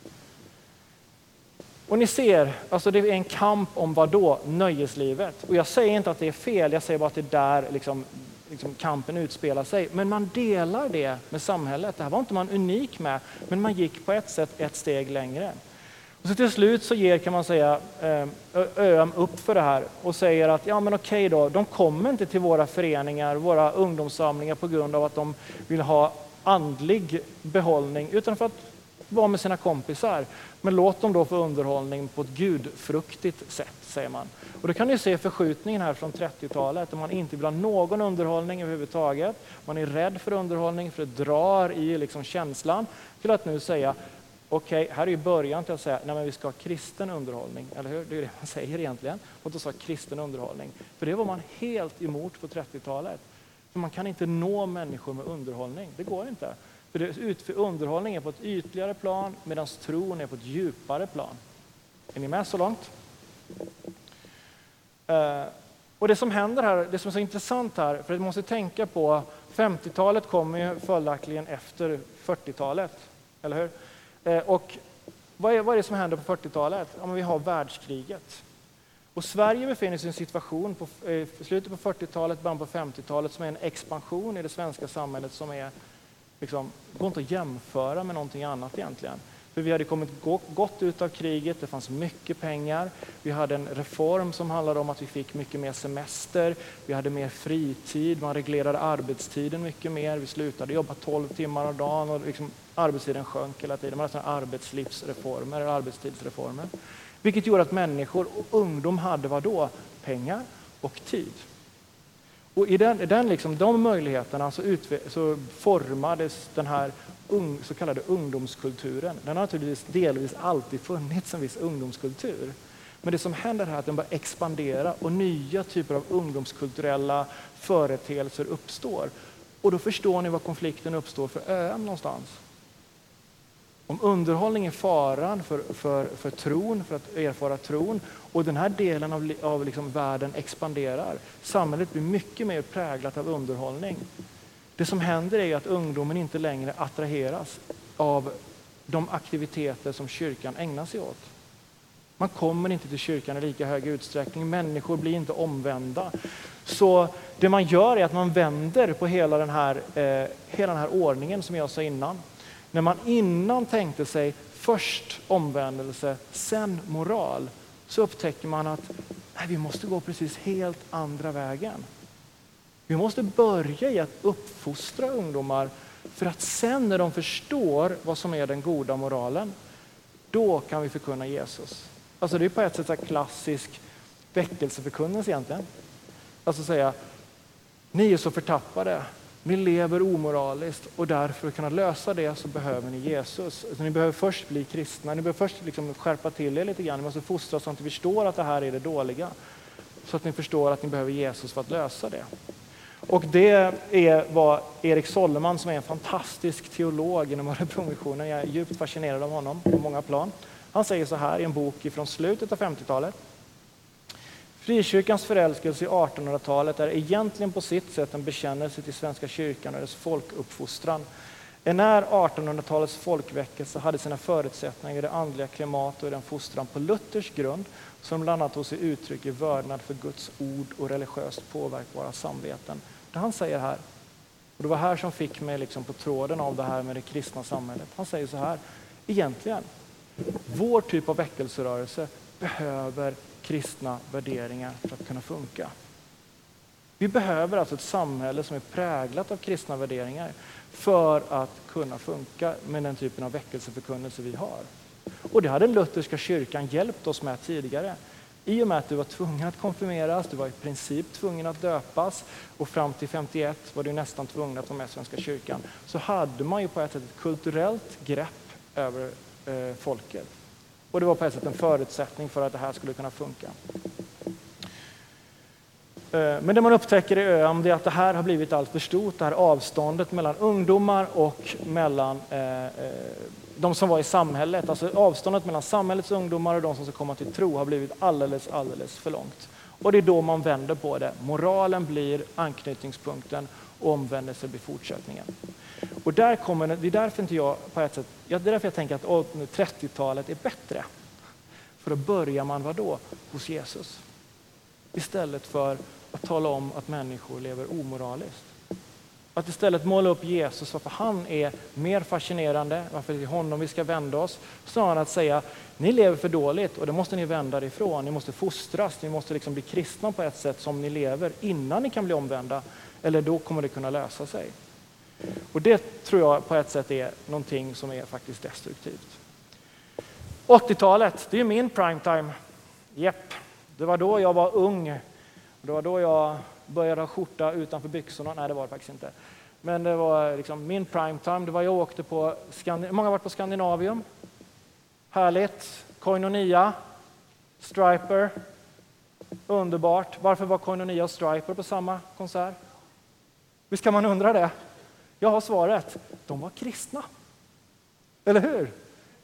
S6: Och ni ser, alltså det är en kamp om vad då? Nöjeslivet. Och jag säger inte att det är fel, jag säger bara att det är där liksom kampen utspelar sig. Men man delar det med samhället. Det här var inte man unik med, men man gick på ett sätt ett steg längre. Och så till slut så ger, kan man säga, ÖM upp för det här och säger att ja men okej då, de kommer inte till våra föreningar, våra ungdomssamlingar på grund av att de vill ha andlig behållning, utan för att vara med sina kompisar. Men låt dem då få underhållning på ett gudfruktigt sätt, säger man. Och då kan ni se förskjutningen här från 30-talet, där man inte vill ha någon underhållning överhuvudtaget. Man är rädd för underhållning, för det drar i liksom känslan, till att nu säga okej, här är ju början till att säga nej men vi ska ha kristen underhållning, eller hur? Det är det man säger egentligen. Och då sa kristen underhållning. För det var man helt emot på 30-talet. För man kan inte nå människor med underhållning, det går inte. För underhållning är på ett ytligare plan medan tron är på ett djupare plan. Är ni med så långt? Och det som händer här, det som är så intressant här, för att man måste tänka på 50-talet kommer ju följaktligen efter 40-talet, eller hur? Och vad är det som händer på 40-talet? Ja, men vi har världskriget. Och Sverige befinner sig i en situation på slutet på 40-talet, början på 50-talet som är en expansion i det svenska samhället som är liksom, går inte att jämföra med någonting annat egentligen. För vi hade kommit gott ut av kriget, det fanns mycket pengar. Vi hade en reform som handlade om att vi fick mycket mer semester. Vi hade mer fritid, man reglerade arbetstiden mycket mer. Vi slutade jobba 12 timmar om dagen och liksom, arbetstiden sjönk hela tiden. Man hade arbetslivsreformer, eller arbetstidsreformer. Vilket gjorde att människor och ungdom hade vad då? Pengar och tid. Och i de möjligheterna så formades den här så kallade ungdomskulturen. Den har naturligtvis delvis alltid funnits en viss ungdomskultur. Men det som händer här är att den börjar expandera och nya typer av ungdomskulturella företeelser uppstår. Och då förstår ni vad konflikten uppstår för ön någonstans. Om underhållning är faran för tron, för att erfara tron, och den här delen av liksom världen expanderar, samhället blir mycket mer präglat av underhållning. Det som händer är att ungdomen inte längre attraheras av de aktiviteter som kyrkan ägnar sig åt. Man kommer inte till kyrkan i lika hög utsträckning. Människor blir inte omvända. Så det man gör är att man vänder på hela den här ordningen som jag sa innan. När man innan tänkte sig först omvändelse, sen moral, så upptäcker man att vi måste gå precis helt andra vägen. Vi måste börja i att uppfostra ungdomar för att sen när de förstår vad som är den goda moralen, då kan vi förkunna Jesus. Alltså det är på ett sätt en klassisk väckelseförkunnelse egentligen. Alltså säga, ni är så förtappade, ni lever omoraliskt och därför för att kunna lösa det så behöver ni Jesus. Alltså, ni behöver först bli kristna, ni behöver först liksom skärpa till er lite grann. Ni måste fostra så att ni förstår att det här är det dåliga. Så att ni förstår att ni behöver Jesus för att lösa det. Och det är vad Erik Solleman, som är en fantastisk teolog inom Örebromissionen, jag är djupt fascinerad av honom på många plan. Han säger så här i en bok från slutet av 50-talet. Frikyrkans förälskelse i 1800-talet är egentligen på sitt sätt en bekännelse till Svenska kyrkan och dess folkuppfostran. När 1800-talets folkväckelse hade sina förutsättningar i det andliga klimat och i den fostran på Luthers grund, som bland annat tog sig uttryck i vördnad för Guds ord och religiöst påverkbara samveten. Det han säger här, och det var här som fick mig liksom på tråden av det här med det kristna samhället. Han säger så här, egentligen, vår typ av väckelserörelse behöver kristna värderingar för att kunna funka. Vi behöver alltså ett samhälle som är präglat av kristna värderingar för att kunna funka med den typen av väckelseförkunnelse vi har. Och det hade den lutherska kyrkan hjälpt oss med tidigare. I och med att du var tvungen att konfirmeras, du var i princip tvungen att döpas och fram till 51 var du nästan tvungen att vara med i Svenska kyrkan. Så hade man ju på ett sätt ett kulturellt grepp över folket. Och det var på ett sätt en förutsättning för att det här skulle kunna funka. Men det man upptäcker i ÖAM är att det här har blivit allt för stort. Det här avståndet mellan ungdomar och mellan de som var i samhället. Alltså avståndet mellan samhällets ungdomar och de som ska komma till tro har blivit alldeles för långt. Och det är då man vänder på det. Moralen blir anknytningspunkten och omvändelse blir fortsättningen. Och där kommer, det är därför inte jag på ett sätt, det är därför jag tänker att 30-talet är bättre. För då börjar man vadå? Hos Jesus. Istället för att tala om att människor lever omoraliskt. Att istället måla upp Jesus varför han är mer fascinerande, varför det är honom vi ska vända oss. Snarare att säga, ni lever för dåligt och det måste ni vända ifrån. Ni måste fostras, ni måste liksom bli kristna på ett sätt som ni lever innan ni kan bli omvända. Eller då kommer det kunna lösa sig. Och det tror jag på ett sätt är någonting som är faktiskt destruktivt. 80-talet, det är min primetime. Jepp, det var då jag var ung. Det var då jag började ha skjorta utanför byxorna. Nej, det var det faktiskt inte. Men det var liksom min primetime. Det var jag åkte på, många har varit på Skandinavium. Härligt. Koinonia, Striper. Underbart. Varför var Koinonia och Striper på samma konsert? Visst kan man undra det? Jag har svaret. De var kristna. Eller hur?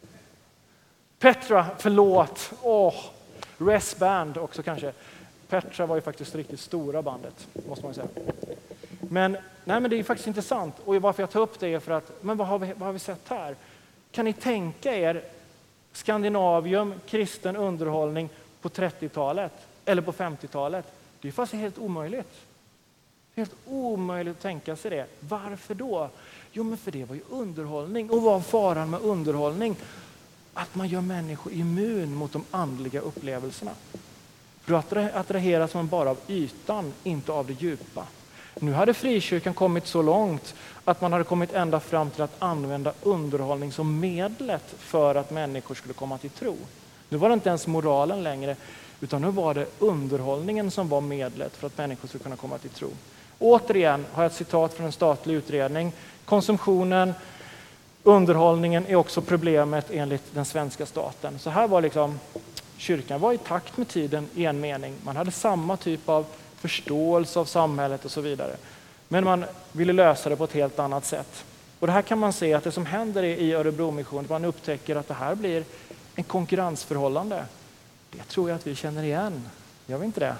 S6: Petra, förlåt. Res Band också kanske. Petra var ju faktiskt riktigt stora bandet, måste man säga. Men det är faktiskt intressant. Och varför jag tar upp det är för att, men vad har vi sett här? Kan ni tänka er Skandinavium, kristen underhållning på 30-talet eller på 50-talet? Det är faktiskt helt omöjligt. Helt omöjligt att tänka sig det. Varför då? Jo, men för det var ju underhållning. Och vad var faran med underhållning? Att man gör människor immun mot de andliga upplevelserna. För att attraheras man bara av ytan, inte av det djupa. Nu hade frikyrkan kommit så långt att man hade kommit ända fram till att använda underhållning som medlet för att människor skulle komma till tro. Nu var det inte ens moralen längre, utan nu var det underhållningen som var medlet för att människor skulle kunna komma till tro. Återigen har jag ett citat från en statlig utredning. Konsumtionen, underhållningen är också problemet enligt den svenska staten. Så här var liksom, kyrkan var i takt med tiden i en mening. Man hade samma typ av förståelse av samhället och så vidare. Men man ville lösa det på ett helt annat sätt. Och det här kan man se att det som händer i Örebromissionen, man upptäcker att det här blir en konkurrensförhållande. Det tror jag att vi känner igen. Gör vi inte det?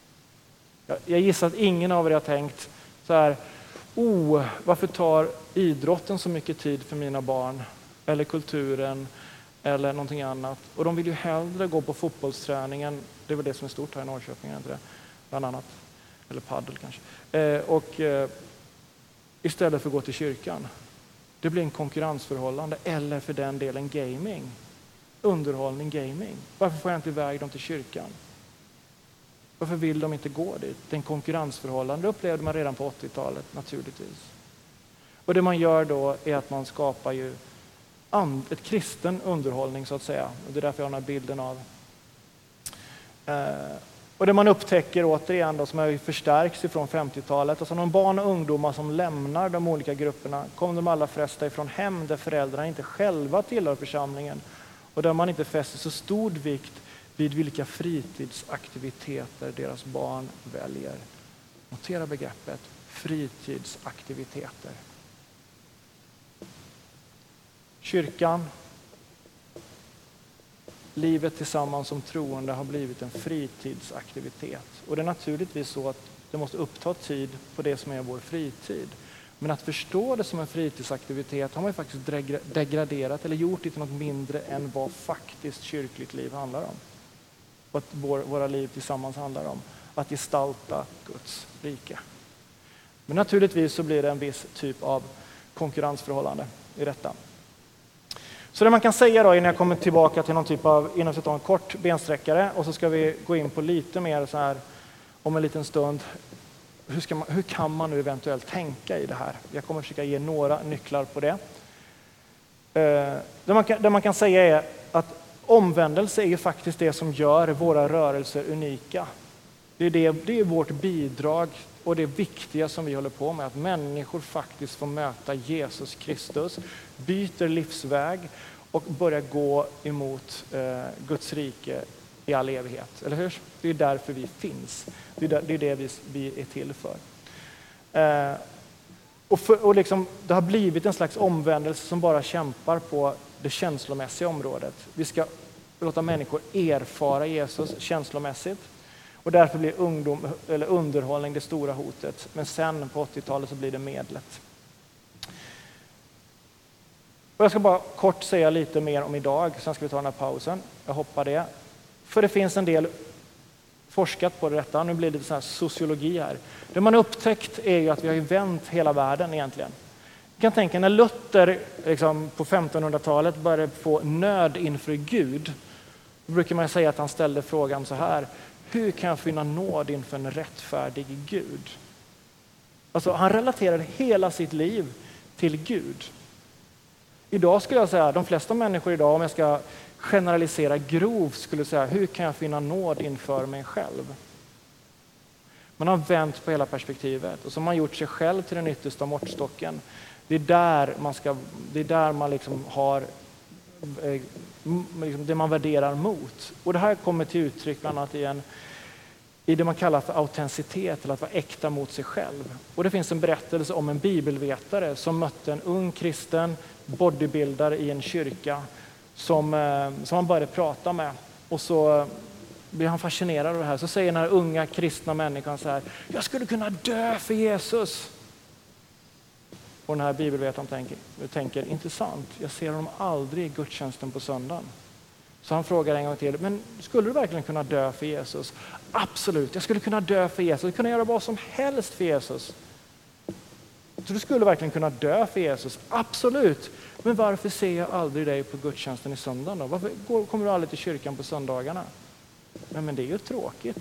S6: Jag gissar att ingen av er har tänkt så här, varför tar idrotten så mycket tid för mina barn? Eller kulturen? eller någonting annat. Och de vill ju hellre gå på fotbollsträningen, det är väl det som är stort här i Norrköping, inte det? Bland annat. Eller paddel kanske. Istället för att gå till kyrkan. Det blir en konkurrensförhållande, eller för den delen gaming. Underhållning, gaming. Varför får jag inte iväg dem till kyrkan? Varför vill de inte gå dit? Det är en konkurrensförhållande, det upplevde man redan på 80-talet naturligtvis. Och det man gör då är att man skapar ju ett kristen underhållning så att säga. Och det är därför jag har den här bilden av. Och det man upptäcker återigen då, som har förstärks ifrån 50-talet. Alltså de barn och ungdomar som lämnar de olika grupperna kommer de allra flesta ifrån hem där föräldrarna inte själva tillhör församlingen. Och där man inte fäster så stor vikt vid vilka fritidsaktiviteter deras barn väljer. Notera begreppet fritidsaktiviteter. Kyrkan, livet tillsammans som troende har blivit en fritidsaktivitet. Och det är naturligtvis så att det måste uppta tid på det som är vår fritid. Men att förstå det som en fritidsaktivitet har man ju faktiskt degraderat eller gjort det till något mindre än vad faktiskt kyrkligt liv handlar om. Och att våra liv tillsammans handlar om. Att gestalta Guds rike. Men naturligtvis så blir det en viss typ av konkurrensförhållande i detta. Så det man kan säga då innan jag kommer tillbaka till någon typ av, innan vi tar en kort bensträckare och så ska vi gå in på lite mer så här om en liten stund. Hur kan man nu eventuellt tänka i det här? Jag kommer försöka ge några nycklar på det. Det man kan säga är att omvändelse är ju faktiskt det som gör våra rörelser unika. Det är vårt bidrag och det viktiga som vi håller på med. Att människor faktiskt får möta Jesus Kristus, byter livsväg och börjar gå emot Guds rike i all evighet. Eller hur? Det är därför vi finns. Det är det vi är till för. Och liksom, det har blivit en slags omvändelse som bara kämpar på det känslomässiga området. Vi ska låta människor erfara Jesus känslomässigt. Och därför blir underhållning det stora hotet. Men sen på 80-talet så blir det medlet. Och jag ska bara kort säga lite mer om idag. Sen ska vi ta den här pausen. Jag hoppar det. För det finns en del forskat på detta. Nu blir det så här sociologi här. Det man upptäckt är ju att vi har ju vänt hela världen egentligen. Du kan tänka när Luther liksom, på 1500-talet började få nöd inför Gud. Då brukar man säga att han ställde frågan så här. Hur kan jag finna nåd inför en rättfärdig Gud? Alltså han relaterade hela sitt liv till Gud. Idag skulle jag säga, de flesta människor idag, om jag ska generalisera grovt, skulle säga hur kan jag finna nåd inför mig själv? Man har vänt på hela perspektivet och så har man gjort sig själv till den yttersta måttstocken. Det är där man liksom har liksom det man värderar mot. Och det här kommer till uttryck bland annat i det man kallar för autenticitet, eller att vara äkta mot sig själv. Och det finns en berättelse om en bibelvetare som mötte en ung kristen bodybuilder i en kyrka som han började prata med. Och så blir han fascinerad av det här. Så säger den här unga kristna människan så här: jag skulle kunna dö för Jesus. Och den här bibelvetaren tänker intressant, jag ser honom aldrig i gudstjänsten på söndagen. Så han frågar en gång till, men skulle du verkligen kunna dö för Jesus? Absolut, jag skulle kunna dö för Jesus. Jag skulle kunna göra vad som helst för Jesus. Så du skulle verkligen kunna dö för Jesus? Absolut. Men varför ser jag aldrig dig på gudstjänsten i söndagen då? Varför kommer du aldrig till kyrkan på söndagarna? Men det är ju tråkigt,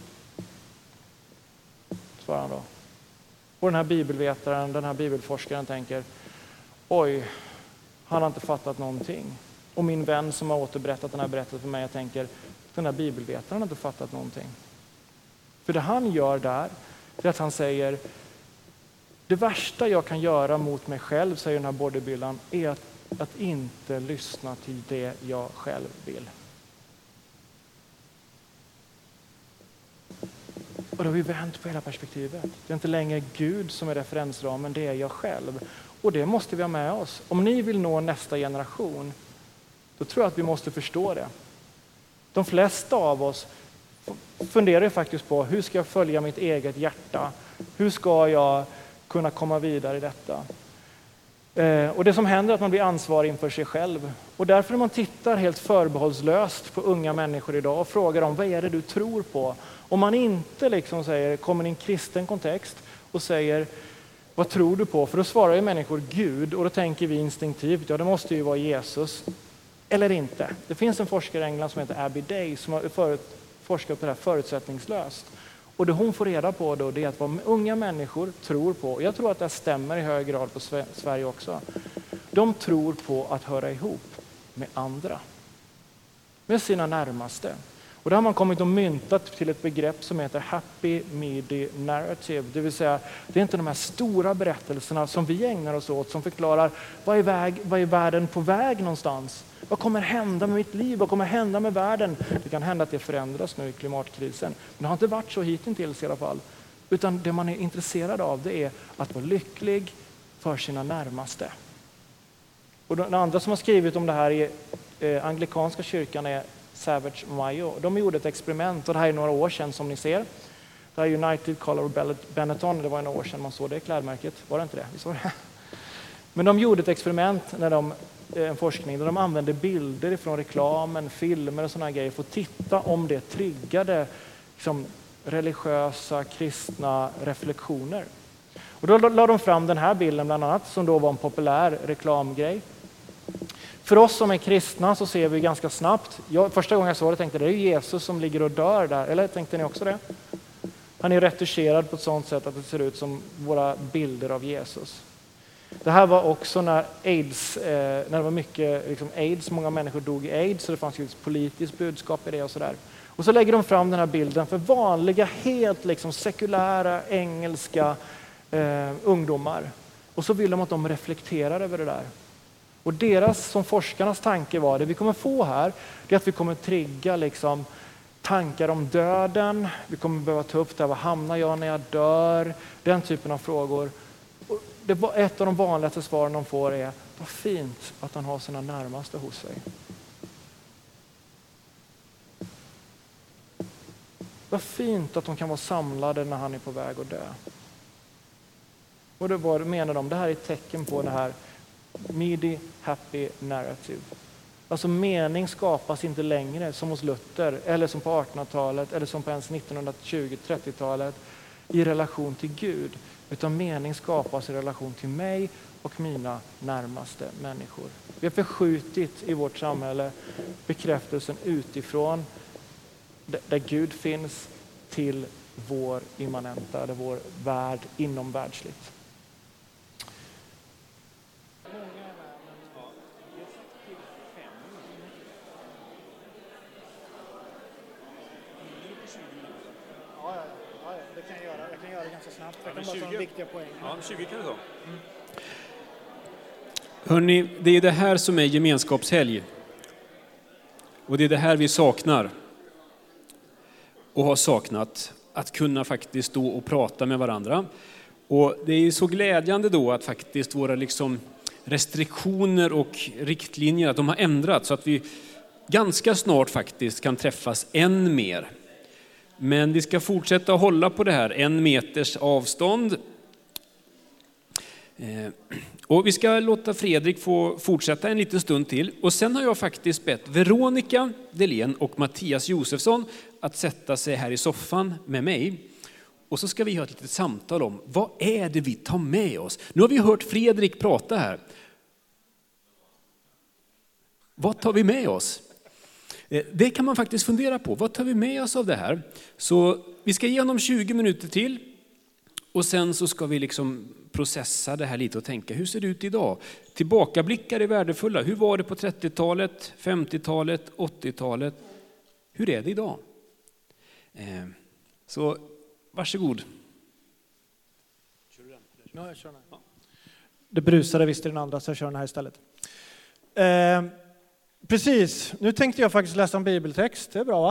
S6: svarar han då. Och den här bibelvetaren, den här bibelforskaren tänker, oj, han har inte fattat någonting. Och min vän som har återberättat den här berättelsen för mig, jag tänker, den här bibelvetaren har inte fattat någonting. För det han gör där, är att han säger, det värsta jag kan göra mot mig själv, säger den här bodybuildaren, är att inte lyssna till det jag själv vill. Och då har vi vänt på hela perspektivet. Det är inte längre Gud som är referensramen, det är jag själv. Och det måste vi ha med oss. Om ni vill nå nästa generation, då tror jag att vi måste förstå det. De flesta av oss funderar ju faktiskt på, hur ska jag följa mitt eget hjärta? Hur ska jag kunna komma vidare i detta? Och det som händer är att man blir ansvarig inför sig själv. Och därför när man tittar helt förbehållslöst på unga människor idag och frågar dem, vad är det du tror på? Om man inte liksom säger, kommer i en kristen kontext och säger, vad tror du på? För då svarar ju människor Gud, och då tänker vi instinktivt, ja det måste ju vara Jesus. Eller inte. Det finns en forskare i England som heter Abby Day som har forskat på det här förutsättningslöst. Och det hon får reda på då, det är att vad unga människor tror på, och jag tror att det stämmer i hög grad på Sverige också. De tror på att höra ihop med andra. Med sina närmaste. Och då har man kommit och myntat till ett begrepp som heter happy meaty narrative. Det vill säga, det är inte de här stora berättelserna som vi ägnar oss åt som förklarar vad är världen på väg någonstans? Vad kommer hända med mitt liv? Vad kommer hända med världen? Det kan hända att det förändras nu i klimatkrisen. Men det har inte varit så hittills i alla fall. Utan det man är intresserad av, det är att vara lycklig för sina närmaste. Och den andra som har skrivit om det här i anglikanska kyrkan är Savage Mayo. De gjorde ett experiment, och det här är några år sedan som ni ser. Det här är United Color Benetton, det var några år sedan man såg det klädmärket. Var det inte det? Vi såg det. Men de gjorde ett experiment, en forskning, där de använde bilder från reklamen, filmer och sådana grejer för att titta om det triggade liksom, religiösa, kristna reflektioner. Och då la de fram den här bilden bland annat, som då var en populär reklamgrej. För oss som är kristna så ser vi ganska snabbt, första gången jag såg det tänkte jag, det är Jesus som ligger och dör där, eller tänkte ni också det? Han är retuscherad på ett sådant sätt att det ser ut som våra bilder av Jesus. Det här var också när det var mycket liksom aids, många människor dog i aids, så det fanns ju ett politiskt budskap i det och sådär. Och så lägger de fram den här bilden för vanliga, helt liksom sekulära, engelska ungdomar. Och så vill de att de reflekterar över det där. Och deras, som forskarnas tanke var, det vi kommer få här, det är att vi kommer trigga liksom tankar om döden. Vi kommer behöva ta upp det här, vad hamnar jag när jag dör? Den typen av frågor. Och det var ett av de vanligaste svaren de får är, vad fint att han har sina närmaste hos sig. Vad fint att de kan vara samlade när han är på väg att dö. Och det menar de, det här är ett tecken på det här meaty, happy narrative. Alltså mening skapas inte längre som hos Luther eller som på 1800-talet eller som på ens 1920-30-talet i relation till Gud. Utan mening skapas i relation till mig och mina närmaste människor. Vi har förskjutit i vårt samhälle bekräftelsen utifrån där Gud finns till vår immanenta, eller vår värld inom världsligt. Det kan jag göra. Jag kan göra det ganska snabbt. Jag kan bara ta en viktiga poäng.
S1: Ja, 20 kan du ta. Hörrni, det är det här som är gemenskapshelg. Och det är det här vi saknar. Och har saknat. Att kunna faktiskt stå och prata med varandra. Och det är så glädjande då att faktiskt våra liksom restriktioner och riktlinjer, att de har ändrats så att vi ganska snart faktiskt kan träffas än mer. Men vi ska fortsätta hålla på det här, 1 meters avstånd. Och vi ska låta Fredrik få fortsätta en liten stund till. Och sen har jag faktiskt bett Veronica Delén och Mattias Josefsson att sätta sig här i soffan med mig. Och så ska vi ha ett litet samtal om vad är det vi tar med oss. Nu har vi hört Fredrik prata här. Vad tar vi med oss? Det kan man faktiskt fundera på. Vad tar vi med oss av det här? Så vi ska ge honom 20 minuter till. Och sen så ska vi liksom processa det här lite och tänka, hur ser det ut idag? Tillbakablickar är värdefulla. Hur var det på 30-talet, 50-talet, 80-talet? Hur är det idag? Så varsågod. Kör du den?
S6: Ja, jag kör den. Ja. Det brusade visst i den andra, så jag kör den här istället. Precis, nu tänkte jag faktiskt läsa en bibeltext. Det är bra, va?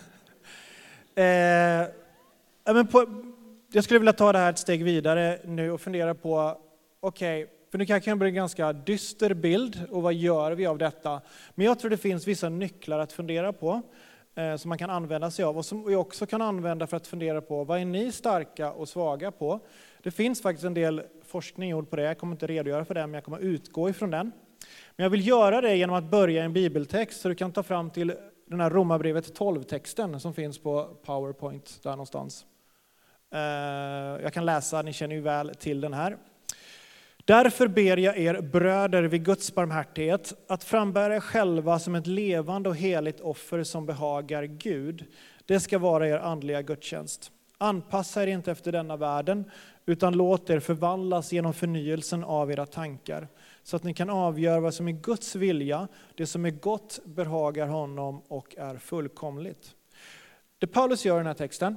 S6: Jag skulle vilja ta det här ett steg vidare nu och fundera på, för nu kan det bli en ganska dyster bild och vad gör vi av detta? Men jag tror det finns vissa nycklar att fundera på som man kan använda sig av och som vi också kan använda för att fundera på vad är ni starka och svaga på? Det finns faktiskt en del forskning gjord på det. Jag kommer inte redogöra för det, men jag kommer utgå ifrån den. Men jag vill göra det genom att börja i en bibeltext, så du kan ta fram till den här Romarbrevet 12-texten som finns på PowerPoint där någonstans. Jag kan läsa, ni känner ju väl till den här. Därför ber jag er bröder vid Guds barmhärtighet att frambära er själva som ett levande och heligt offer som behagar Gud. Det ska vara er andliga gudstjänst. Anpassa er inte efter denna världen, utan låt er förvandlas genom förnyelsen av era tankar, så att ni kan avgöra vad som är Guds vilja, det som är gott, behagar honom och är fullkomligt. Det Paulus gör i den här texten,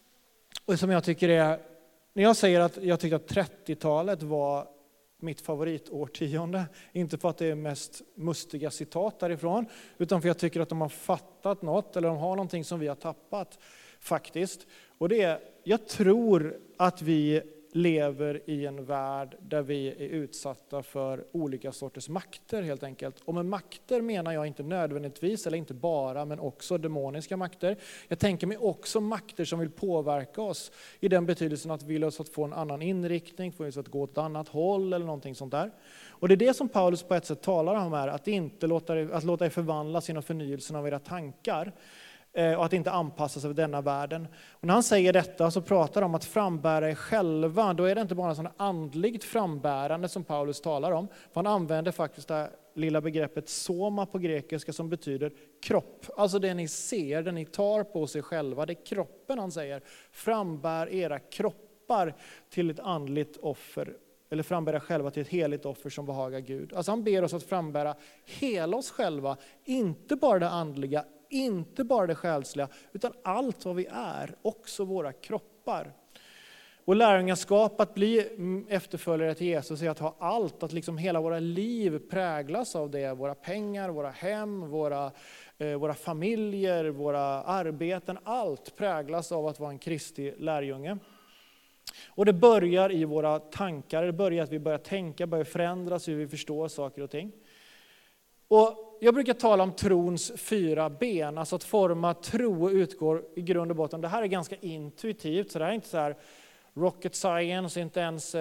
S6: och som jag tycker är, när jag säger att jag tycker att 30-talet var mitt favoritårtionde, inte för att det är mest mustiga citat därifrån, utan för jag tycker att de har fattat något, eller de har någonting som vi har tappat faktiskt. Och det är, jag tror att vi lever i en värld där vi är utsatta för olika sorters makter helt enkelt. Och med makter menar jag inte nödvändigtvis, eller inte bara, men också demoniska makter. Jag tänker mig också makter som vill påverka oss i den betydelsen att vi vill oss att få en annan inriktning, få oss att gå åt ett annat håll eller någonting sånt där. Och det är det som Paulus på ett sätt talar om här, att inte låta er förvandlas genom förnyelsen av era tankar. Och att inte anpassa sig till denna världen. Och när han säger detta så pratar de om att frambära er själva. Då är det inte bara sådant andligt frambärande som Paulus talar om. För han använder faktiskt det här lilla begreppet soma på grekiska som betyder kropp. Alltså det ni ser, det ni tar på sig själva, det är kroppen han säger. Frambär era kroppar till ett andligt offer. Eller frambära själva till ett heligt offer som behagar Gud. Alltså han ber oss att frambära hela oss själva, inte bara det andliga, inte bara det själsliga, utan allt vad vi är, också våra kroppar. Och lärjungaskap, att bli efterföljare till Jesus, är att ha allt, att liksom hela våra liv präglas av det. Våra pengar, våra hem, våra familjer, våra arbeten, allt präglas av att vara en Kristi lärjunge. Och det börjar i våra tankar, det börjar att vi börjar tänka, börjar förändras hur vi förstår saker och ting. Och jag brukar tala om trons 4 ben, alltså att forma tro utgår i grund och botten. Det här är ganska intuitivt, så det här är inte så här rocket science, inte ens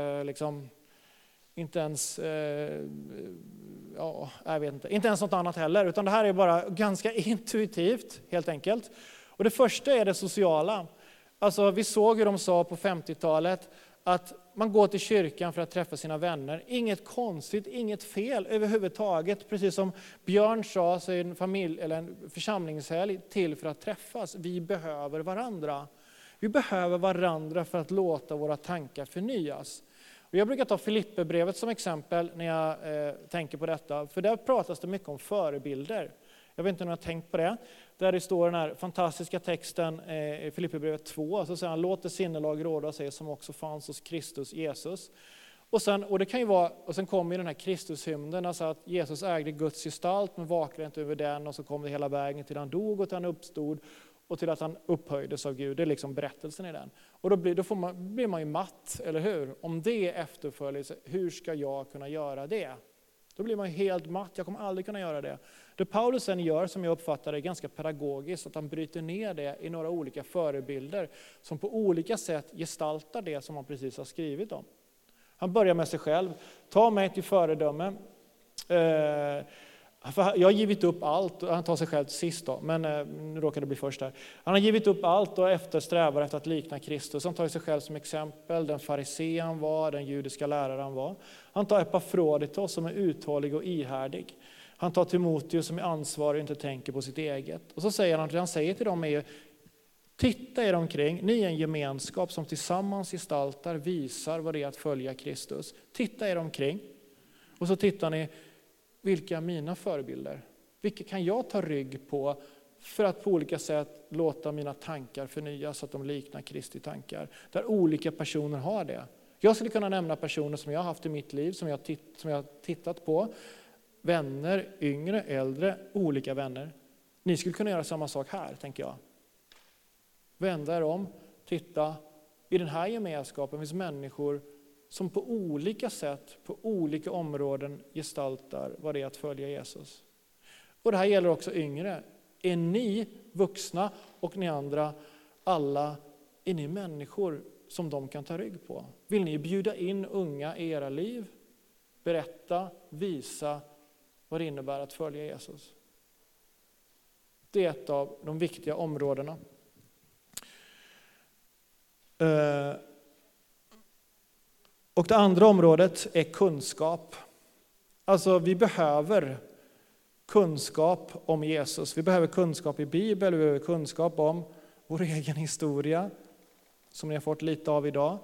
S6: något annat heller, utan det här är bara ganska intuitivt helt enkelt. Och det första är det sociala. Alltså vi såg hur de sa på 50-talet att man går till kyrkan för att träffa sina vänner. Inget konstigt, inget fel överhuvudtaget. Precis som Björn sa, så är en församlingshelg till för att träffas. Vi behöver varandra. Vi behöver varandra för att låta våra tankar förnyas. Och jag brukar ta Filipperbrevet som exempel när jag tänker på detta. För där pratas det mycket om förebilder. Jag vet inte om ni har tänkt på det. Där det står den här fantastiska texten i Filipperbrevet 2. Så säger han, låt det sinnelag råda sig som också fanns hos Kristus Jesus. Och sen kommer ju den här Kristushymnen, alltså att Jesus ägde Guds gestalt men vakade inte över den. Och så kom det hela vägen till han dog och till han uppstod och till att han upphöjdes av Gud. Det är liksom berättelsen i den. Och då blir man ju matt, eller hur? Om det är efterföljelse, hur ska jag kunna göra det? Då blir man helt matt, jag kommer aldrig kunna göra det. Det Paulus sen gör, som jag uppfattar det, är ganska pedagogiskt, att han bryter ner det i några olika förebilder som på olika sätt gestaltar det som han precis har skrivit om. Han börjar med sig själv, ta mig till föredöme. Jag har givit upp allt, han tar sig själv sist då, men nu råkar det bli först här. Han har givit upp allt och strävar efter att likna Kristus. Han tar sig själv som exempel, den farisé han var, den judiska lärare han var. Han tar Epafroditos som är uthållig och ihärdig. Han tar Timoteus som är ansvarig och inte tänker på sitt eget. Och så säger han, det han säger till dem är, titta er omkring, ni är en gemenskap som tillsammans gestaltar, visar vad det är att följa Kristus. Titta er omkring och så tittar ni, vilka är mina förebilder? Vilka kan jag ta rygg på för att på olika sätt låta mina tankar förnyas så att de liknar Kristi tankar? Där olika personer har det. Jag skulle kunna nämna personer som jag har haft i mitt liv, som jag har tittat på. Vänner, yngre, äldre, olika vänner. Ni skulle kunna göra samma sak här, tänker jag. Vända er om, titta. I den här gemenskapen finns människor som på olika sätt, på olika områden gestaltar vad det är att följa Jesus. Och det här gäller också yngre. Är ni vuxna och ni andra, alla, är ni människor som de kan ta rygg på? Vill ni bjuda in unga i era liv? Berätta, visa vad det innebär att följa Jesus. Det är ett av de viktiga områdena. Och det andra området är kunskap. Alltså vi behöver kunskap om Jesus. Vi behöver kunskap i Bibeln, vi behöver kunskap om vår egen historia, som ni har fått lite av idag.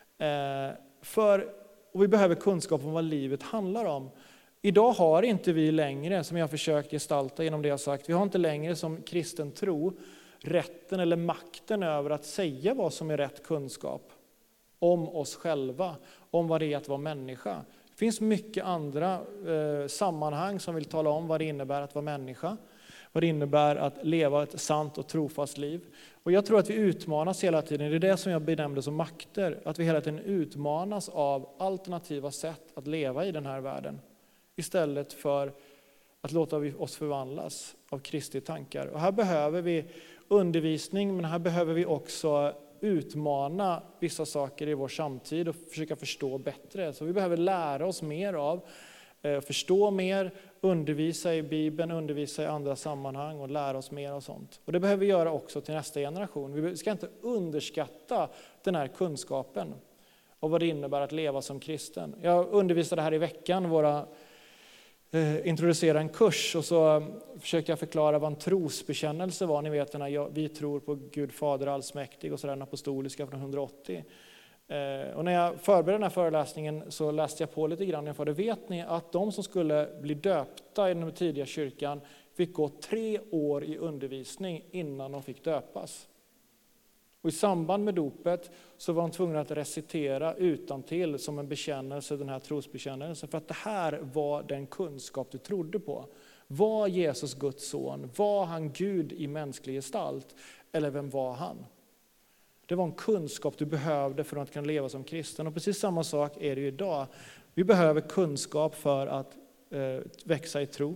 S6: Och vi behöver kunskap om vad livet handlar om. Idag har inte vi längre, som jag har försökt gestalta genom det jag sagt, vi har inte längre som kristen tro rätten eller makten över att säga vad som är rätt kunskap om oss själva, om vad det är att vara människa. Det finns mycket andra sammanhang som vill tala om vad det innebär att vara människa, vad det innebär att leva ett sant och trofast liv. Och jag tror att vi utmanas hela tiden, det är det som jag benämnde som makter, att vi hela tiden utmanas av alternativa sätt att leva i den här världen, istället för att låta oss förvandlas av Kristi tankar. Och här behöver vi undervisning, men här behöver vi också utmana vissa saker i vår samtid och försöka förstå bättre. Så vi behöver lära oss mer av, förstå mer, undervisa i Bibeln, undervisa i andra sammanhang och lära oss mer av sånt. Och det behöver vi göra också till nästa generation. Vi ska inte underskatta den här kunskapen och vad det innebär att leva som kristen. Jag undervisade här i veckan, introducera en kurs, och så försökte jag förklara vad en trosbekännelse var. Ni vet, vi tror på Gud Fader allsmäktig och sådär, den apostoliska från 180. Och när jag förberedde den här föreläsningen så läste jag på lite grann inför det. Vet ni att de som skulle bli döpta i den tidiga kyrkan fick gå 3 år i undervisning innan de fick döpas? Och i samband med dopet så var de tvungna att recitera utantill som en bekännelse, den här trosbekännelsen, för att det här var den kunskap du trodde på. Var Jesus Guds son? Var han Gud i mänsklig gestalt? Eller vem var han? Det var en kunskap du behövde för att kunna leva som kristen. Och precis samma sak är det ju idag. Vi behöver kunskap för att växa i tro.